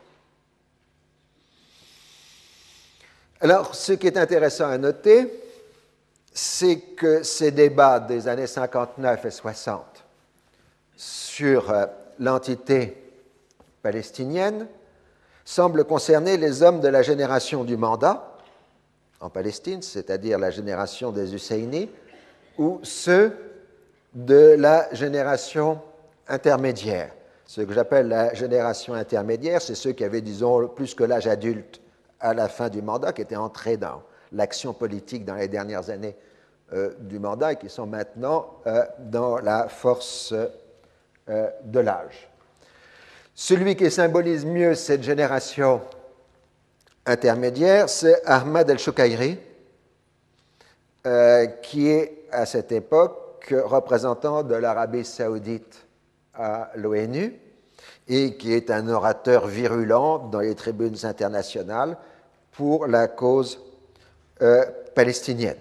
Alors, ce qui est intéressant à noter, c'est que ces débats des années cinquante-neuf et soixante sur euh, l'entité palestinienne semblent concerner les hommes de la génération du mandat en Palestine, c'est-à-dire la génération des Husseini, ou ceux de la génération intermédiaire. Ce que j'appelle la génération intermédiaire, c'est ceux qui avaient, disons, plus que l'âge adulte à la fin du mandat, qui étaient entrés dans l'action politique dans les dernières années euh, du mandat et qui sont maintenant euh, dans la force euh, de l'âge. Celui qui symbolise mieux cette génération intermédiaire, c'est Ahmad el-Shoukairi, euh, qui est à cette époque représentant de l'Arabie saoudite à l'ONU et qui est un orateur virulent dans les tribunes internationales pour la cause euh, palestinienne.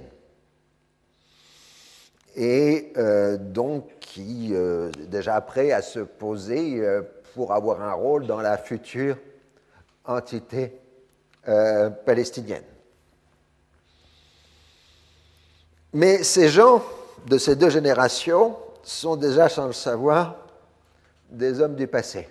Et euh, donc qui euh, déjà prêt à se poser euh, pour avoir un rôle dans la future entité euh, palestinienne. Mais ces gens de ces deux générations sont déjà, sans le savoir, des hommes du passé.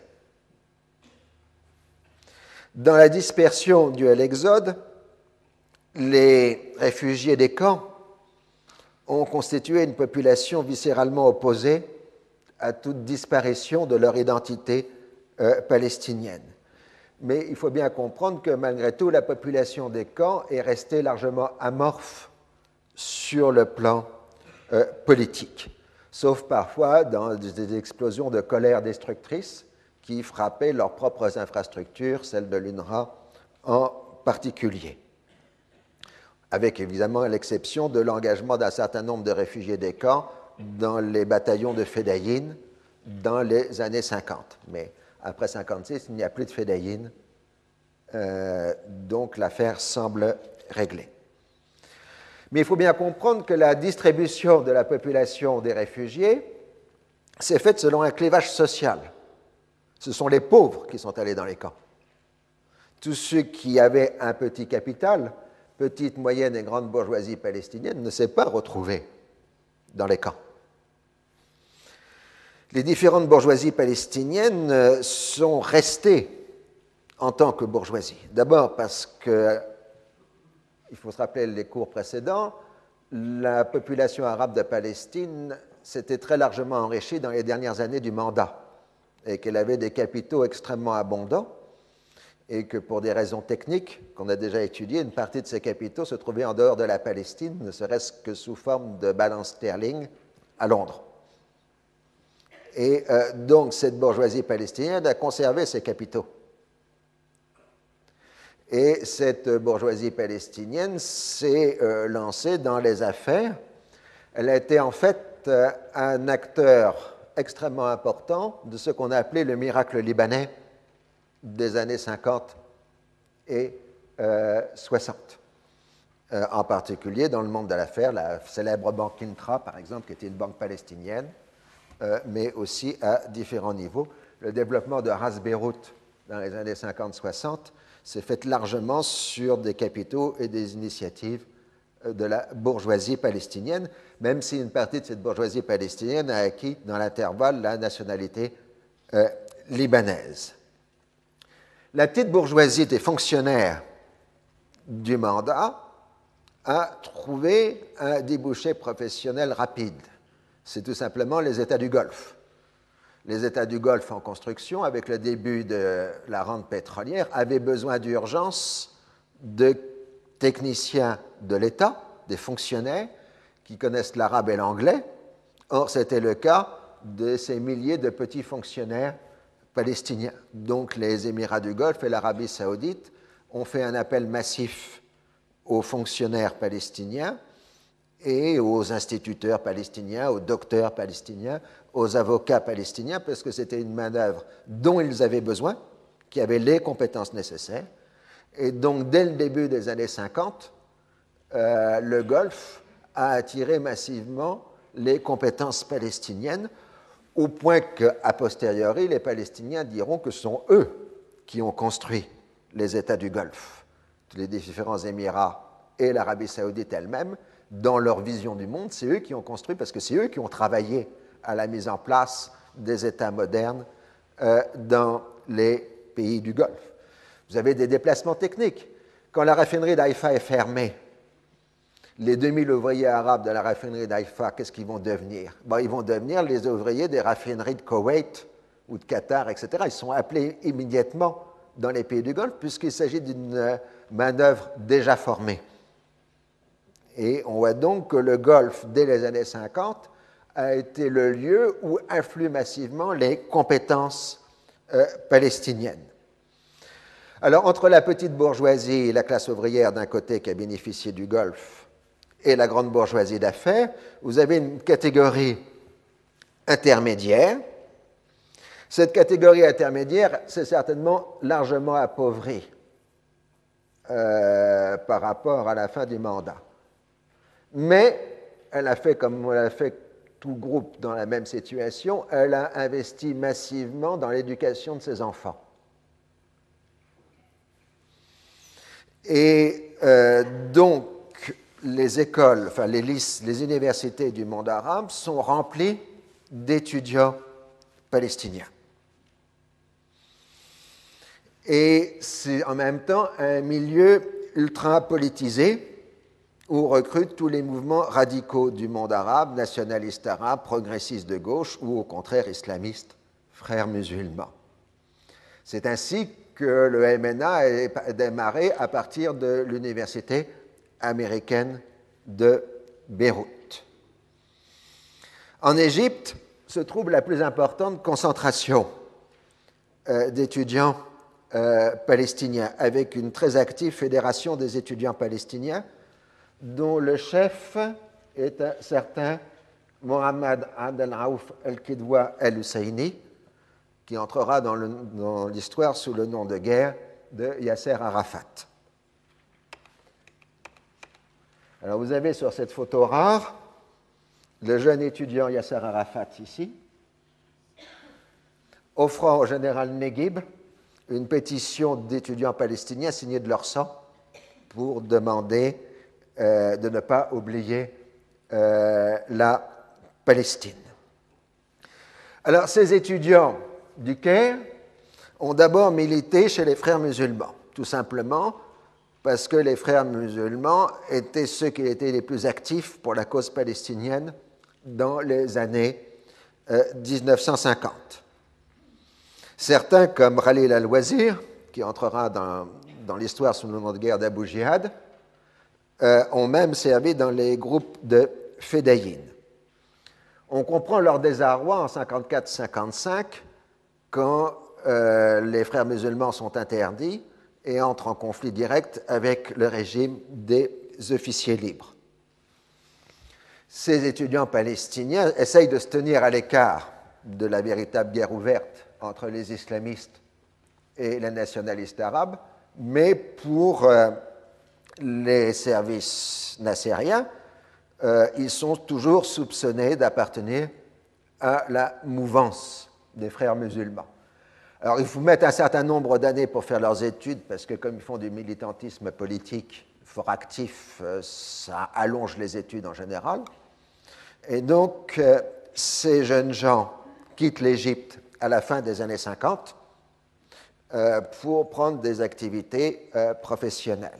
Dans la dispersion due à l'exode, les réfugiés des camps ont constitué une population viscéralement opposée à toute disparition de leur identité euh, palestinienne. Mais il faut bien comprendre que malgré tout, la population des camps est restée largement amorphe sur le plan euh, politique, sauf parfois dans des explosions de colère destructrices qui frappaient leurs propres infrastructures, celles de l'U N R W A en particulier, avec évidemment l'exception de l'engagement d'un certain nombre de réfugiés des camps dans les bataillons de Fedayin dans les années cinquante. Mais après cinquante-six, il n'y a plus de Fedayin, euh, donc l'affaire semble réglée. Mais il faut bien comprendre que la distribution de la population des réfugiés s'est faite selon un clivage social. Ce sont les pauvres qui sont allés dans les camps. Tous ceux qui avaient un petit capital, petite, moyenne et grande bourgeoisie palestinienne, ne s'est pas retrouvée dans les camps. Les différentes bourgeoisies palestiniennes sont restées en tant que bourgeoisie. D'abord parce que, il faut se rappeler les cours précédents, la population arabe de Palestine s'était très largement enrichie dans les dernières années du mandat et qu'elle avait des capitaux extrêmement abondants et que pour des raisons techniques qu'on a déjà étudiées, une partie de ces capitaux se trouvait en dehors de la Palestine, ne serait-ce que sous forme de balance sterling à Londres. Et euh, donc cette bourgeoisie palestinienne a conservé ses capitaux. Et cette bourgeoisie palestinienne s'est euh, lancée dans les affaires. Elle a été en fait euh, un acteur extrêmement important de ce qu'on a appelé le miracle libanais des années cinquante et euh, soixante. Euh, en particulier dans le monde de l'affaires, la célèbre banque Intra, par exemple, qui était une banque palestinienne, euh, mais aussi à différents niveaux. Le développement de Ras Beirout dans les années cinquante soixante s'est fait largement sur des capitaux et des initiatives de la bourgeoisie palestinienne, même si une partie de cette bourgeoisie palestinienne a acquis dans l'intervalle la nationalité euh, libanaise. La petite bourgeoisie des fonctionnaires du mandat a trouvé un débouché professionnel rapide. C'est tout simplement les États du Golfe. Les États du Golfe en construction, avec le début de la rente pétrolière, avaient besoin d'urgence de techniciens de l'État, des fonctionnaires qui connaissent l'arabe et l'anglais. Or, c'était le cas de ces milliers de petits fonctionnaires palestiniens. Donc, les Émirats du Golfe et l'Arabie saoudite ont fait un appel massif aux fonctionnaires palestiniens et aux instituteurs palestiniens, aux docteurs palestiniens, aux avocats palestiniens, parce que c'était une main-d'œuvre dont ils avaient besoin, qui avait les compétences nécessaires. Et donc, dès le début des années cinquante, euh, le Golfe a attiré massivement les compétences palestiniennes, au point qu'à posteriori, les Palestiniens diront que ce sont eux qui ont construit les États du Golfe, les différents Émirats et l'Arabie saoudite elle-même, dans leur vision du monde, c'est eux qui ont construit, parce que c'est eux qui ont travaillé à la mise en place des États modernes euh, dans les pays du Golfe. Vous avez des déplacements techniques. Quand la raffinerie d'Haïfa est fermée, les deux mille ouvriers arabes de la raffinerie d'Haïfa, qu'est-ce qu'ils vont devenir? Bon, ils vont devenir les ouvriers des raffineries de Koweït ou de Qatar, et cetera. Ils sont appelés immédiatement dans les pays du Golfe, puisqu'il s'agit d'une manœuvre déjà formée. Et on voit donc que le Golfe, dès les années cinquante, a été le lieu où influent massivement les compétences euh, palestiniennes. Alors, entre la petite bourgeoisie et la classe ouvrière d'un côté qui a bénéficié du Golfe et la grande bourgeoisie d'affaires, vous avez une catégorie intermédiaire. Cette catégorie intermédiaire s'est certainement largement appauvrie euh, par rapport à la fin du mandat. Mais elle a fait, comme elle a fait tout groupe dans la même situation, elle a investi massivement dans l'éducation de ses enfants. Et euh, donc, les écoles, enfin les, les universités du monde arabe sont remplies d'étudiants palestiniens. Et c'est en même temps un milieu ultra politisé où recrutent tous les mouvements radicaux du monde arabe, nationalistes arabes, progressistes de gauche ou au contraire islamistes, frères musulmans. C'est ainsi que le M N A a démarré à partir de l'université américaine de Beyrouth. En Égypte se trouve la plus importante concentration euh, d'étudiants euh, palestiniens, avec une très active fédération des étudiants palestiniens, dont le chef est un certain Mohamed Abdel Raouf El-Kidwa El-Husseini, qui entrera dans, le, dans l'histoire sous le nom de guerre de Yasser Arafat. Alors vous avez sur cette photo rare le jeune étudiant Yasser Arafat ici, offrant au général Neguib une pétition d'étudiants palestiniens signée de leur sang pour demander euh, de ne pas oublier euh, la Palestine. Alors ces étudiants du Caire ont d'abord milité chez les frères musulmans, tout simplement parce que les frères musulmans étaient ceux qui étaient les plus actifs pour la cause palestinienne dans les années euh, dix-neuf cent cinquante. Certains, comme Khalil al-Wazir, qui entrera dans, dans l'histoire sous le nom de guerre d'Abu Jihad, euh, ont même servi dans les groupes de Fédayines. On comprend leur désarroi en cinquante-quatre cinquante-cinq quand euh, les frères musulmans sont interdits et entrent en conflit direct avec le régime des officiers libres. Ces étudiants palestiniens essayent de se tenir à l'écart de la véritable guerre ouverte entre les islamistes et les nationalistes arabes, mais pour euh, les services nassériens, euh, ils sont toujours soupçonnés d'appartenir à la mouvance des frères musulmans. Alors, il faut mettre un certain nombre d'années pour faire leurs études, parce que comme ils font du militantisme politique fort actif, euh, ça allonge les études en général. Et donc, euh, ces jeunes gens quittent l'Égypte à la fin des années cinquante euh, pour prendre des activités euh, professionnelles.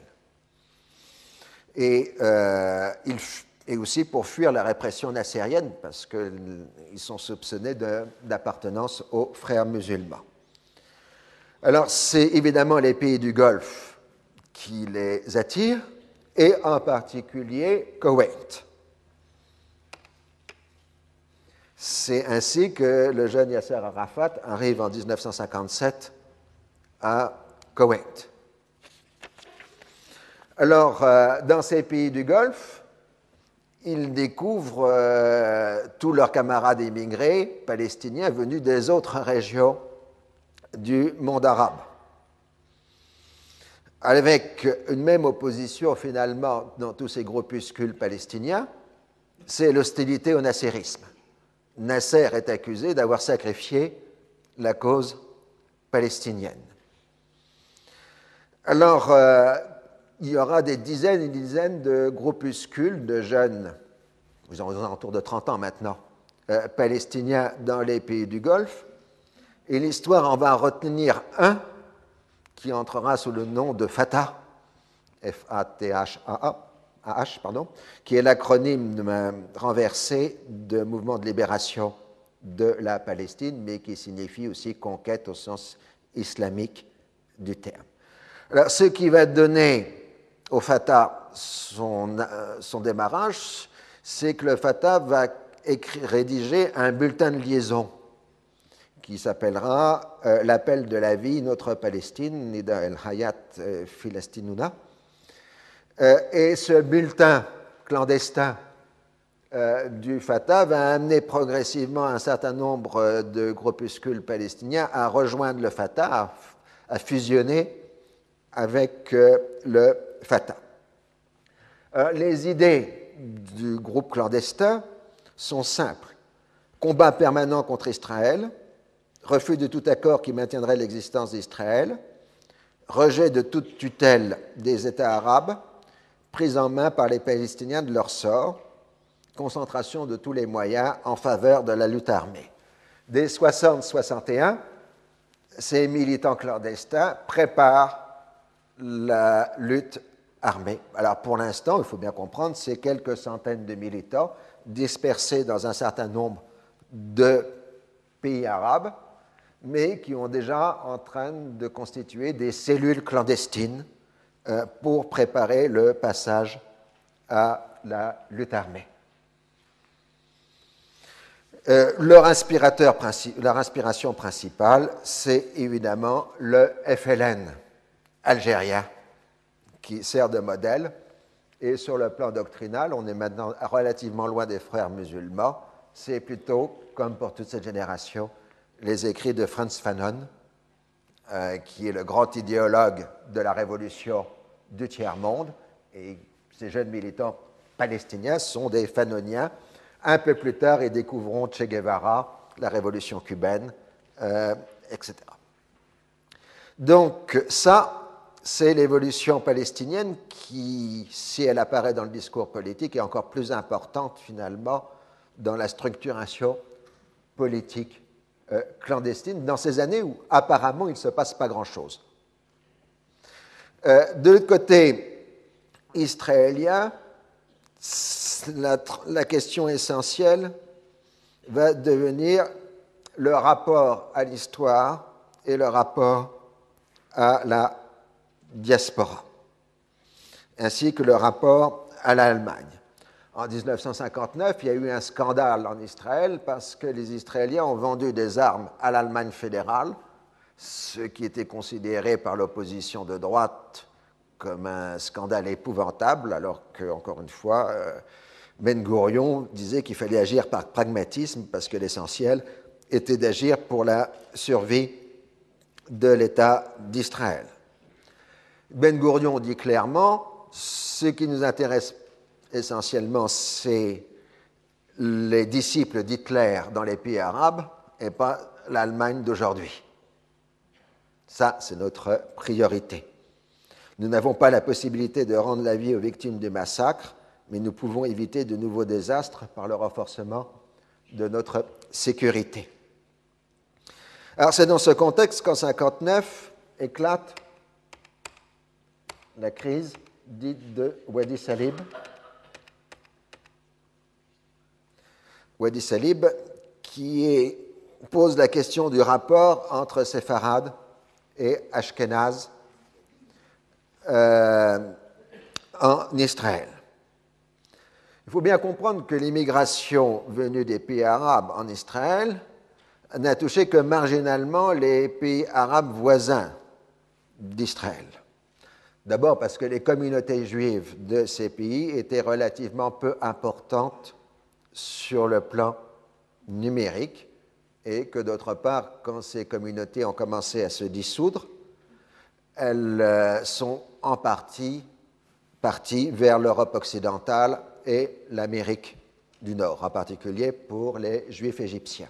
Et, euh, ils, et aussi pour fuir la répression nassérienne, parce qu'ils sont soupçonnés de, d'appartenance aux frères musulmans. Alors, c'est évidemment les pays du Golfe qui les attirent, et en particulier Koweït. C'est ainsi que le jeune Yasser Arafat arrive en dix-neuf cent cinquante-sept à Koweït. Alors, euh, dans ces pays du Golfe, ils découvrent euh, tous leurs camarades immigrés palestiniens venus des autres régions du monde arabe, avec une même opposition finalement dans tous ces groupuscules palestiniens, c'est l'hostilité au nasserisme. Nasser est accusé d'avoir sacrifié la cause palestinienne. Alors, euh, il y aura des dizaines et des dizaines de groupuscules de jeunes, vous en avez autour de trente ans maintenant, euh, palestiniens dans les pays du Golfe, et l'histoire en va retenir un qui entrera sous le nom de Fatah, F A T H A H, pardon, qui est l'acronyme renversé de Mouvement de libération de la Palestine, mais qui signifie aussi conquête au sens islamique du terme. Alors, ce qui va donner au Fatah son, euh, son démarrage, c'est que le Fatah va écrire, rédiger un bulletin de liaison qui s'appellera euh, L'appel de la vie, notre Palestine, Nida el Hayat euh, Filastinuna. Euh, et ce bulletin clandestin euh, du Fatah va amener progressivement un certain nombre de groupuscules palestiniens à rejoindre le Fatah, à, à fusionner avec euh, le Fatah. Euh, les idées du groupe clandestin sont simples. Combat permanent contre Israël, refus de tout accord qui maintiendrait l'existence d'Israël, rejet de toute tutelle des États arabes, prise en main par les Palestiniens de leur sort, concentration de tous les moyens en faveur de la lutte armée. Dès soixante soixante et un, ces militants clandestins préparent la lutte armée. Alors pour l'instant, il faut bien comprendre, c'est quelques centaines de militants dispersés dans un certain nombre de pays arabes, mais qui ont déjà en train de constituer des cellules clandestines euh, pour préparer le passage à la lutte armée. Euh, leur, inspirateur, leur inspiration principale, c'est évidemment le F L N algérien, qui sert de modèle. Et sur le plan doctrinal, on est maintenant relativement loin des frères musulmans. C'est plutôt, comme pour toute cette génération, les écrits de Frantz Fanon, euh, qui est le grand idéologue de la révolution du tiers-monde. Et ces jeunes militants palestiniens sont des fanoniens. Un peu plus tard, ils découvriront Che Guevara, la révolution cubaine, euh, et cetera. Donc ça, c'est l'évolution palestinienne qui, si elle apparaît dans le discours politique, est encore plus importante finalement dans la structuration politique euh, clandestine dans ces années où apparemment il ne se passe pas grand-chose. Euh, de l'autre côté israélien, la, la question essentielle va devenir le rapport à l'histoire et le rapport à la diaspora, ainsi que le rapport à l'Allemagne. En dix-neuf cent cinquante-neuf, il y a eu un scandale en Israël parce que les Israéliens ont vendu des armes à l'Allemagne fédérale, ce qui était considéré par l'opposition de droite comme un scandale épouvantable, alors que, encore une fois, Ben Gourion disait qu'il fallait agir par pragmatisme parce que l'essentiel était d'agir pour la survie de l'État d'Israël. Ben Gourion dit clairement, ce qui nous intéresse essentiellement, c'est les disciples d'Hitler dans les pays arabes et pas l'Allemagne d'aujourd'hui. Ça, c'est notre priorité. Nous n'avons pas la possibilité de rendre la vie aux victimes du massacre, mais nous pouvons éviter de nouveaux désastres par le renforcement de notre sécurité. Alors, c'est dans ce contexte qu'en mille neuf cent cinquante-neuf éclate la crise dite de Wadi Salib. Wadi Salib, qui est, pose la question du rapport entre séfarades et ashkénazes euh, en Israël. Il faut bien comprendre que l'immigration venue des pays arabes en Israël n'a touché que marginalement les pays arabes voisins d'Israël. D'abord parce que les communautés juives de ces pays étaient relativement peu importantes sur le plan numérique et que d'autre part, quand ces communautés ont commencé à se dissoudre, elles sont en partie parties vers l'Europe occidentale et l'Amérique du Nord, en particulier pour les Juifs égyptiens.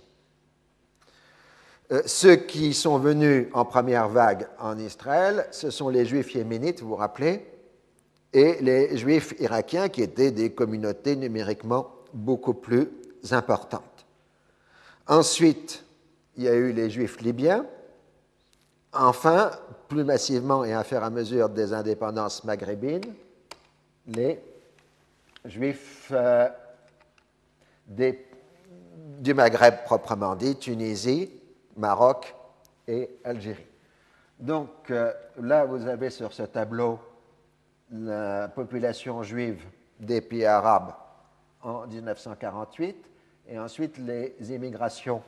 Euh, ceux qui sont venus en première vague en Israël, ce sont les Juifs yéménites, vous vous rappelez, et les Juifs irakiens, qui étaient des communautés numériquement beaucoup plus importantes. Ensuite, il y a eu les Juifs libyens. Enfin, plus massivement et à fur et à mesure des indépendances maghrébines, les Juifs euh, des, du Maghreb proprement dit, Tunisie, Maroc et Algérie. Donc euh, là, vous avez sur ce tableau la population juive des pays arabes en mille neuf cent quarante-huit et ensuite les immigrations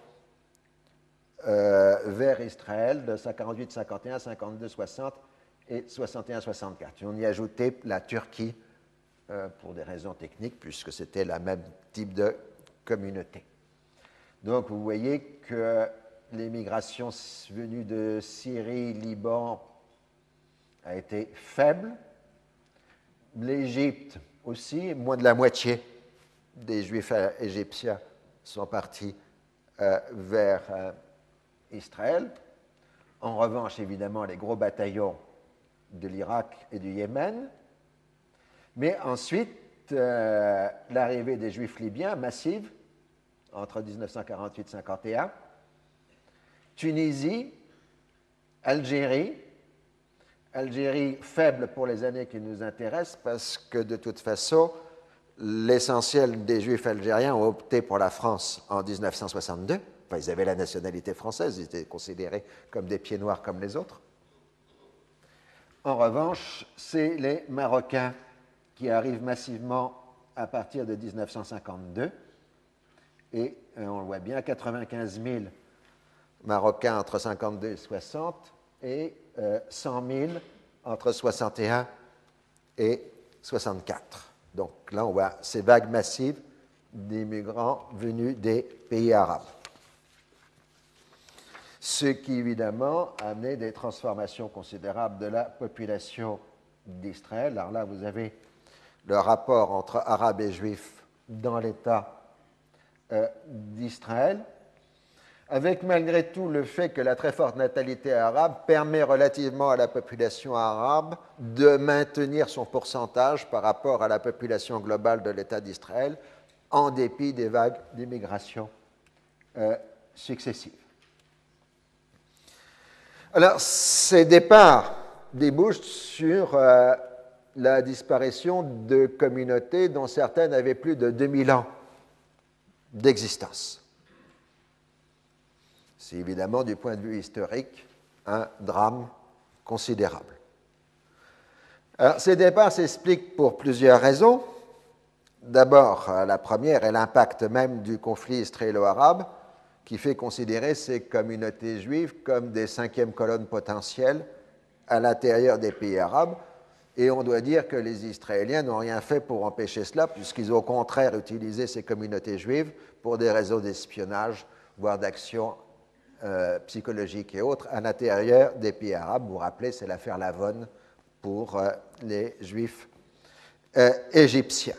euh, vers Israël de quarante-huit, cinquante et un, cinquante-deux, soixante et soixante et un, soixante-quatre. Et on y ajoutait la Turquie euh, pour des raisons techniques puisque c'était le même type de communauté. Donc vous voyez que l'immigration venue de Syrie, Liban a été faible. L'Égypte aussi, moins de la moitié des Juifs égyptiens sont partis euh, vers euh, Israël. En revanche, évidemment, les gros bataillons de l'Irak et du Yémen. Mais ensuite, euh, l'arrivée des Juifs libyens massive entre mille neuf cent quarante-huit et cinquante et un. Tunisie, Algérie, Algérie faible pour les années qui nous intéressent parce que de toute façon, l'essentiel des Juifs algériens ont opté pour la France en mille neuf cent soixante-deux. Enfin, ils avaient la nationalité française, ils étaient considérés comme des pieds noirs comme les autres. En revanche, c'est les Marocains qui arrivent massivement à partir de mille neuf cent cinquante-deux. Et on le voit bien, quatre-vingt-quinze mille Marocains entre cinquante-deux et soixante et euh, cent mille entre soixante et un et soixante-quatre. Donc là, on voit ces vagues massives d'immigrants venus des pays arabes. Ce qui, évidemment, a amené des transformations considérables de la population d'Israël. Alors là, vous avez le rapport entre Arabes et Juifs dans l'État euh, d'Israël, avec malgré tout le fait que la très forte natalité arabe permet relativement à la population arabe de maintenir son pourcentage par rapport à la population globale de l'État d'Israël, en dépit des vagues d'immigration euh, successives. Alors, ces départs débouchent sur euh, la disparition de communautés dont certaines avaient plus de deux mille ans d'existence. C'est évidemment, du point de vue historique, un drame considérable. Alors, ces départs s'expliquent pour plusieurs raisons. D'abord, la première est l'impact même du conflit israélo-arabe, qui fait considérer ces communautés juives comme des cinquièmes colonnes potentielles à l'intérieur des pays arabes. Et on doit dire que les Israéliens n'ont rien fait pour empêcher cela, puisqu'ils ont au contraire utilisé ces communautés juives pour des réseaux d'espionnage, voire d'action euh, psychologique et autres, à l'intérieur des pays arabes. Vous vous rappelez, c'est l'affaire Lavon pour euh, les Juifs euh, égyptiens.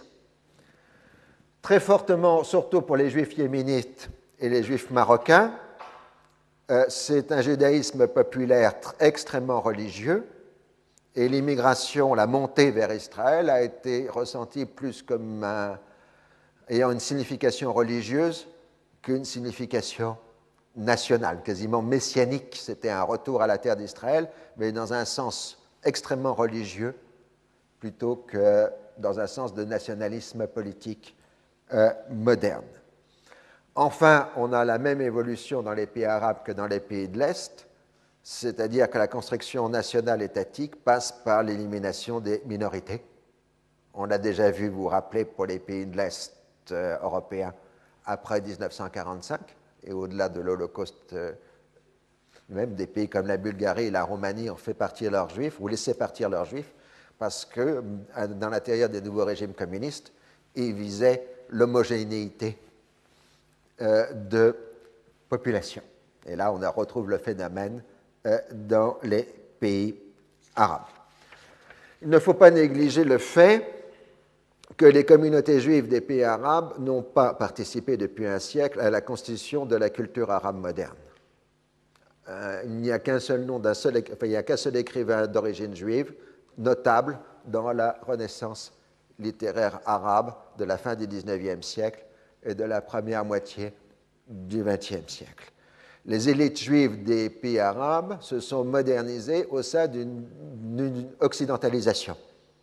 Très fortement, surtout pour les Juifs yéménites et les Juifs marocains, euh, c'est un judaïsme populaire extrêmement religieux, et l'immigration, la montée vers Israël a été ressentie plus comme un, ayant une signification religieuse qu'une signification nationale, quasiment messianique. C'était un retour à la terre d'Israël, mais dans un sens extrêmement religieux, plutôt que dans un sens de nationalisme politique euh, moderne. Enfin, on a la même évolution dans les pays arabes que dans les pays de l'Est, c'est-à-dire que la construction nationale étatique passe par l'élimination des minorités. On l'a déjà vu, vous vous rappelez, pour les pays de l'Est euh, européens après mille neuf cent quarante-cinq, et au-delà de l'Holocauste, euh, même des pays comme la Bulgarie et la Roumanie ont fait partir leurs juifs, ou laissé partir leurs juifs, parce que euh, dans l'intérieur des nouveaux régimes communistes, ils visaient l'homogénéité euh, de population. Et là, on retrouve le phénomène euh, dans les pays arabes. Il ne faut pas négliger le fait que les communautés juives des pays arabes n'ont pas participé depuis un siècle à la constitution de la culture arabe moderne. Euh, il n'y a qu'un seul nom d'un seul, enfin, il n'y a qu'un seul écrivain d'origine juive notable dans la Renaissance littéraire arabe de la fin du dix-neuvième siècle et de la première moitié du vingtième siècle. Les élites juives des pays arabes se sont modernisées au sein d'une occidentalisation,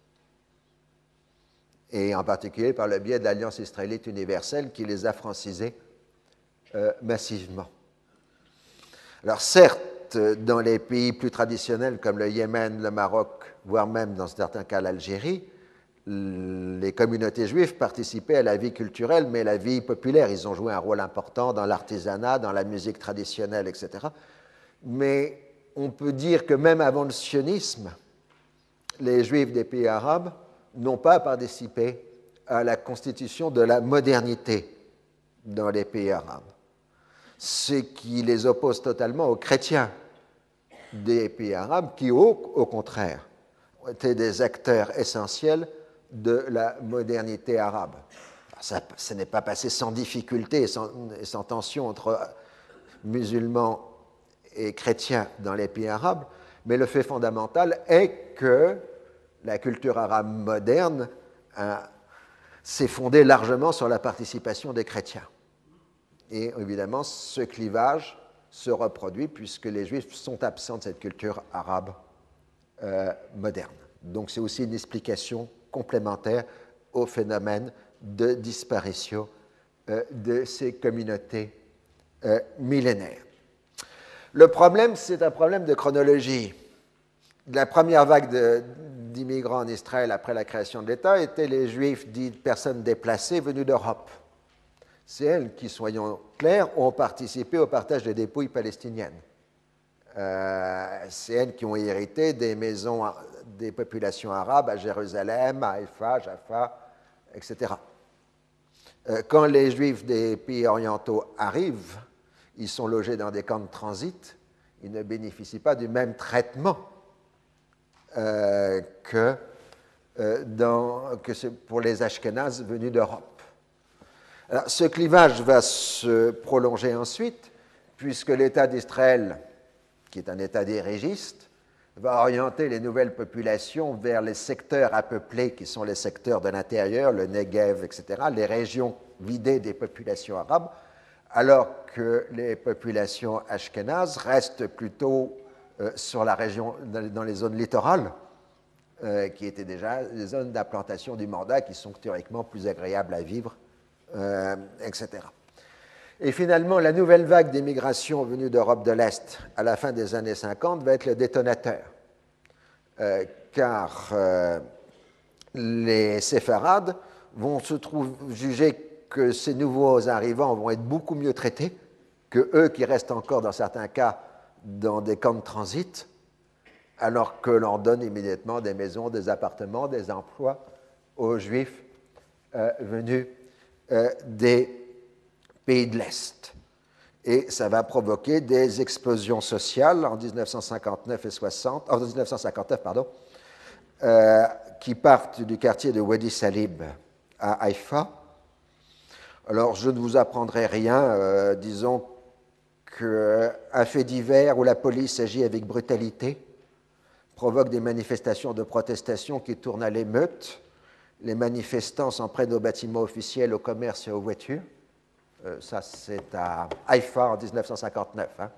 et en particulier par le biais de l'Alliance israélite universelle qui les a francisés euh, massivement. Alors certes, dans les pays plus traditionnels comme le Yémen, le Maroc, voire même dans certains cas l'Algérie, les communautés juives participaient à la vie culturelle, mais la vie populaire. Ils ont joué un rôle important dans l'artisanat, dans la musique traditionnelle, et cetera. Mais on peut dire que même avant le sionisme, les juifs des pays arabes n'ont pas participé à la constitution de la modernité dans les pays arabes, ce qui les oppose totalement aux chrétiens des pays arabes qui, au, au contraire, ont été des acteurs essentiels de la modernité arabe. Ça, ça n'est pas passé sans difficulté et sans, et sans tension entre musulmans et chrétiens dans les pays arabes, mais le fait fondamental est que la culture arabe moderne hein, s'est fondée largement sur la participation des chrétiens. Et évidemment, ce clivage se reproduit puisque les Juifs sont absents de cette culture arabe euh, moderne. Donc c'est aussi une explication complémentaire au phénomène de disparition euh, de ces communautés euh, millénaires. Le problème, c'est un problème de chronologie. La première vague de, d'immigrants en Israël après la création de l'État étaient les Juifs dits personnes déplacées venues d'Europe. C'est elles qui, soyons clairs, ont participé au partage des dépouilles palestiniennes. Euh, c'est elles qui ont hérité des maisons des populations arabes à Jérusalem, à Haïfa, Jaffa, et cetera. Euh, quand les Juifs des pays orientaux arrivent, ils sont logés dans des camps de transit, ils ne bénéficient pas du même traitement euh, que, euh, dans, que pour les Ashkénazes venus d'Europe. Alors, ce clivage va se prolonger ensuite, puisque l'État d'Israël, qui est un État dirigiste, va orienter les nouvelles populations vers les secteurs à peupler, qui sont les secteurs de l'intérieur, le Negev, et cetera, les régions vidées des populations arabes, alors que les populations ashkénazes restent plutôt euh, sur la région, dans les zones littorales, euh, qui étaient déjà des zones d'implantation du mandat, qui sont théoriquement plus agréables à vivre, euh, et cetera. Et finalement, la nouvelle vague d'immigration venue d'Europe de l'Est à la fin des années cinquante va être le détonateur, euh, car euh, les séfarades vont se trouver, juger que ces nouveaux arrivants vont être beaucoup mieux traités que eux qui restent encore, dans certains cas, dans des camps de transit, alors que l'on donne immédiatement des maisons, des appartements, des emplois aux Juifs euh, venus euh, des pays de l'Est. Et ça va provoquer des explosions sociales en dix-neuf cent cinquante-neuf et soixante, en dix-neuf cent cinquante-neuf, pardon, euh, qui partent du quartier de Wadi Salib à Haïfa. Alors, je ne vous apprendrai rien, euh, disons qu'un fait divers où la police agit avec brutalité provoque des manifestations de protestation qui tournent à l'émeute. Les manifestants s'en prennent aux bâtiments officiels, au commerce et aux voitures. Euh, ça, c'est à Haïfa en dix-neuf cent cinquante-neuf. Hein.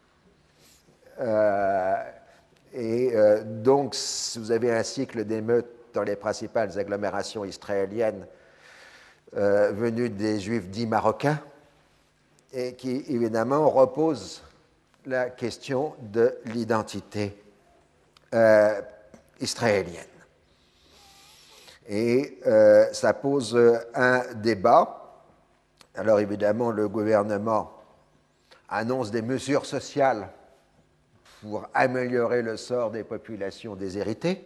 Euh, et euh, donc, vous avez un cycle d'émeutes dans les principales agglomérations israéliennes euh, venues des Juifs dits marocains et qui, évidemment, reposent la question de l'identité euh, israélienne. Et euh, ça pose un débat. Alors évidemment, le gouvernement annonce des mesures sociales pour améliorer le sort des populations déshéritées.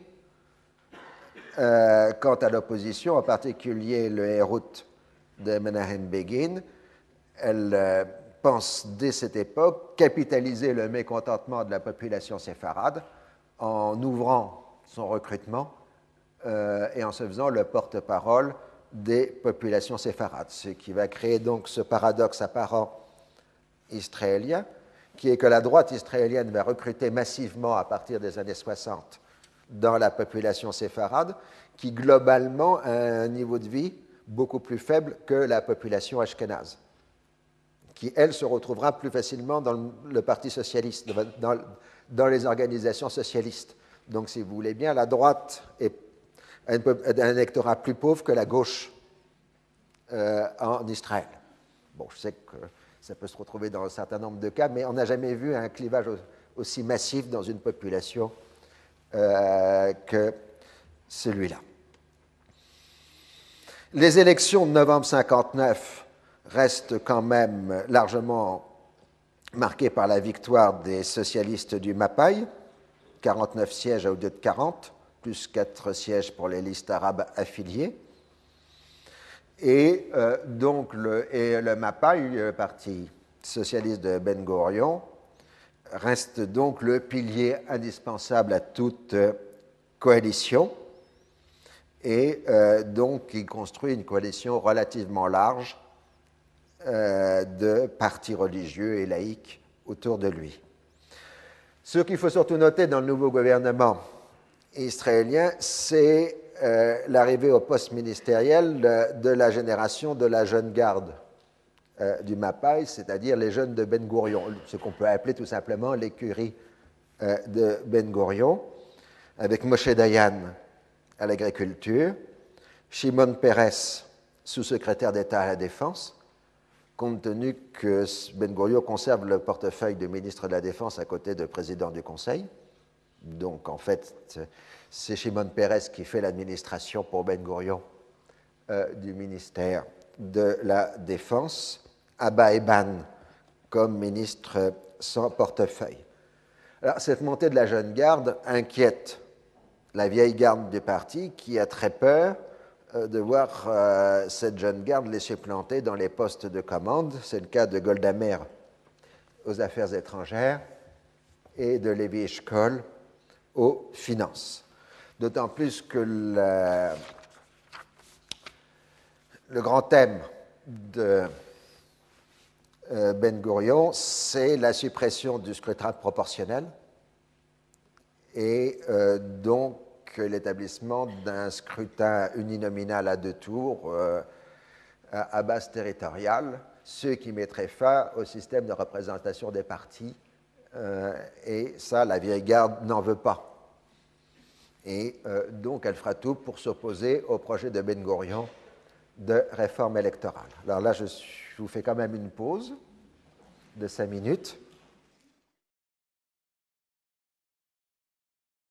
Euh, quant à l'opposition, en particulier le Hérout de Menahem Begin, elle euh, pense dès cette époque capitaliser le mécontentement de la population séfarade en ouvrant son recrutement euh, et en se faisant le porte-parole des populations séfarades, ce qui va créer donc ce paradoxe apparent israélien, qui est que la droite israélienne va recruter massivement à partir des années soixante dans la population séfarade, qui globalement a un niveau de vie beaucoup plus faible que la population ashkénaze, qui, elle, se retrouvera plus facilement dans le, le Parti socialiste, dans, dans les organisations socialistes. Donc, si vous voulez bien, la droite est un, un électorat plus pauvre que la gauche euh, en Israël. Bon, je sais que ça peut se retrouver dans un certain nombre de cas, mais on n'a jamais vu un clivage aussi massif dans une population euh, que celui-là. Les élections de novembre cinquante-neuf restent quand même largement marquées par la victoire des socialistes du Mapaï, quarante-neuf sièges au lieu de quarante, plus quatre sièges pour les listes arabes affiliées. Et euh, donc le, et le Mapaï, le parti socialiste de Ben Gurion, reste donc le pilier indispensable à toute euh, coalition. Et euh, donc il construit une coalition relativement large euh, de partis religieux et laïcs autour de lui. Ce qu'il faut surtout noter dans le nouveau gouvernement israélien, c'est euh, l'arrivée au poste ministériel de, de la génération de la jeune garde euh, du Mapaï, c'est-à-dire les jeunes de Ben Gurion, ce qu'on peut appeler tout simplement l'écurie euh, de Ben Gurion, avec Moshe Dayan à l'agriculture, Shimon Peres, sous-secrétaire d'État à la Défense, compte tenu que Ben Gurion conserve le portefeuille de ministre de la Défense à côté de président du Conseil. Donc, en fait, c'est Shimon Peres qui fait l'administration pour Ben Gurion euh, du ministère de la Défense, Abba Eban comme ministre sans portefeuille. Alors, cette montée de la jeune garde inquiète la vieille garde du parti qui a très peur euh, de voir euh, cette jeune garde laissée planter dans les postes de commande. C'est le cas de Golda Meir aux affaires étrangères et de Levi Eshkol aux finances. D'autant plus que la, le grand thème de euh, Ben Gurion, c'est la suppression du scrutin proportionnel et euh, donc l'établissement d'un scrutin uninominal à deux tours euh, à, à base territoriale, ce qui mettrait fin au système de représentation des partis. Euh, et ça, la vieille garde n'en veut pas. Et euh, donc, elle fera tout pour s'opposer au projet de Ben Gurion de réforme électorale. Alors là, je, je vous fais quand même une pause de cinq minutes.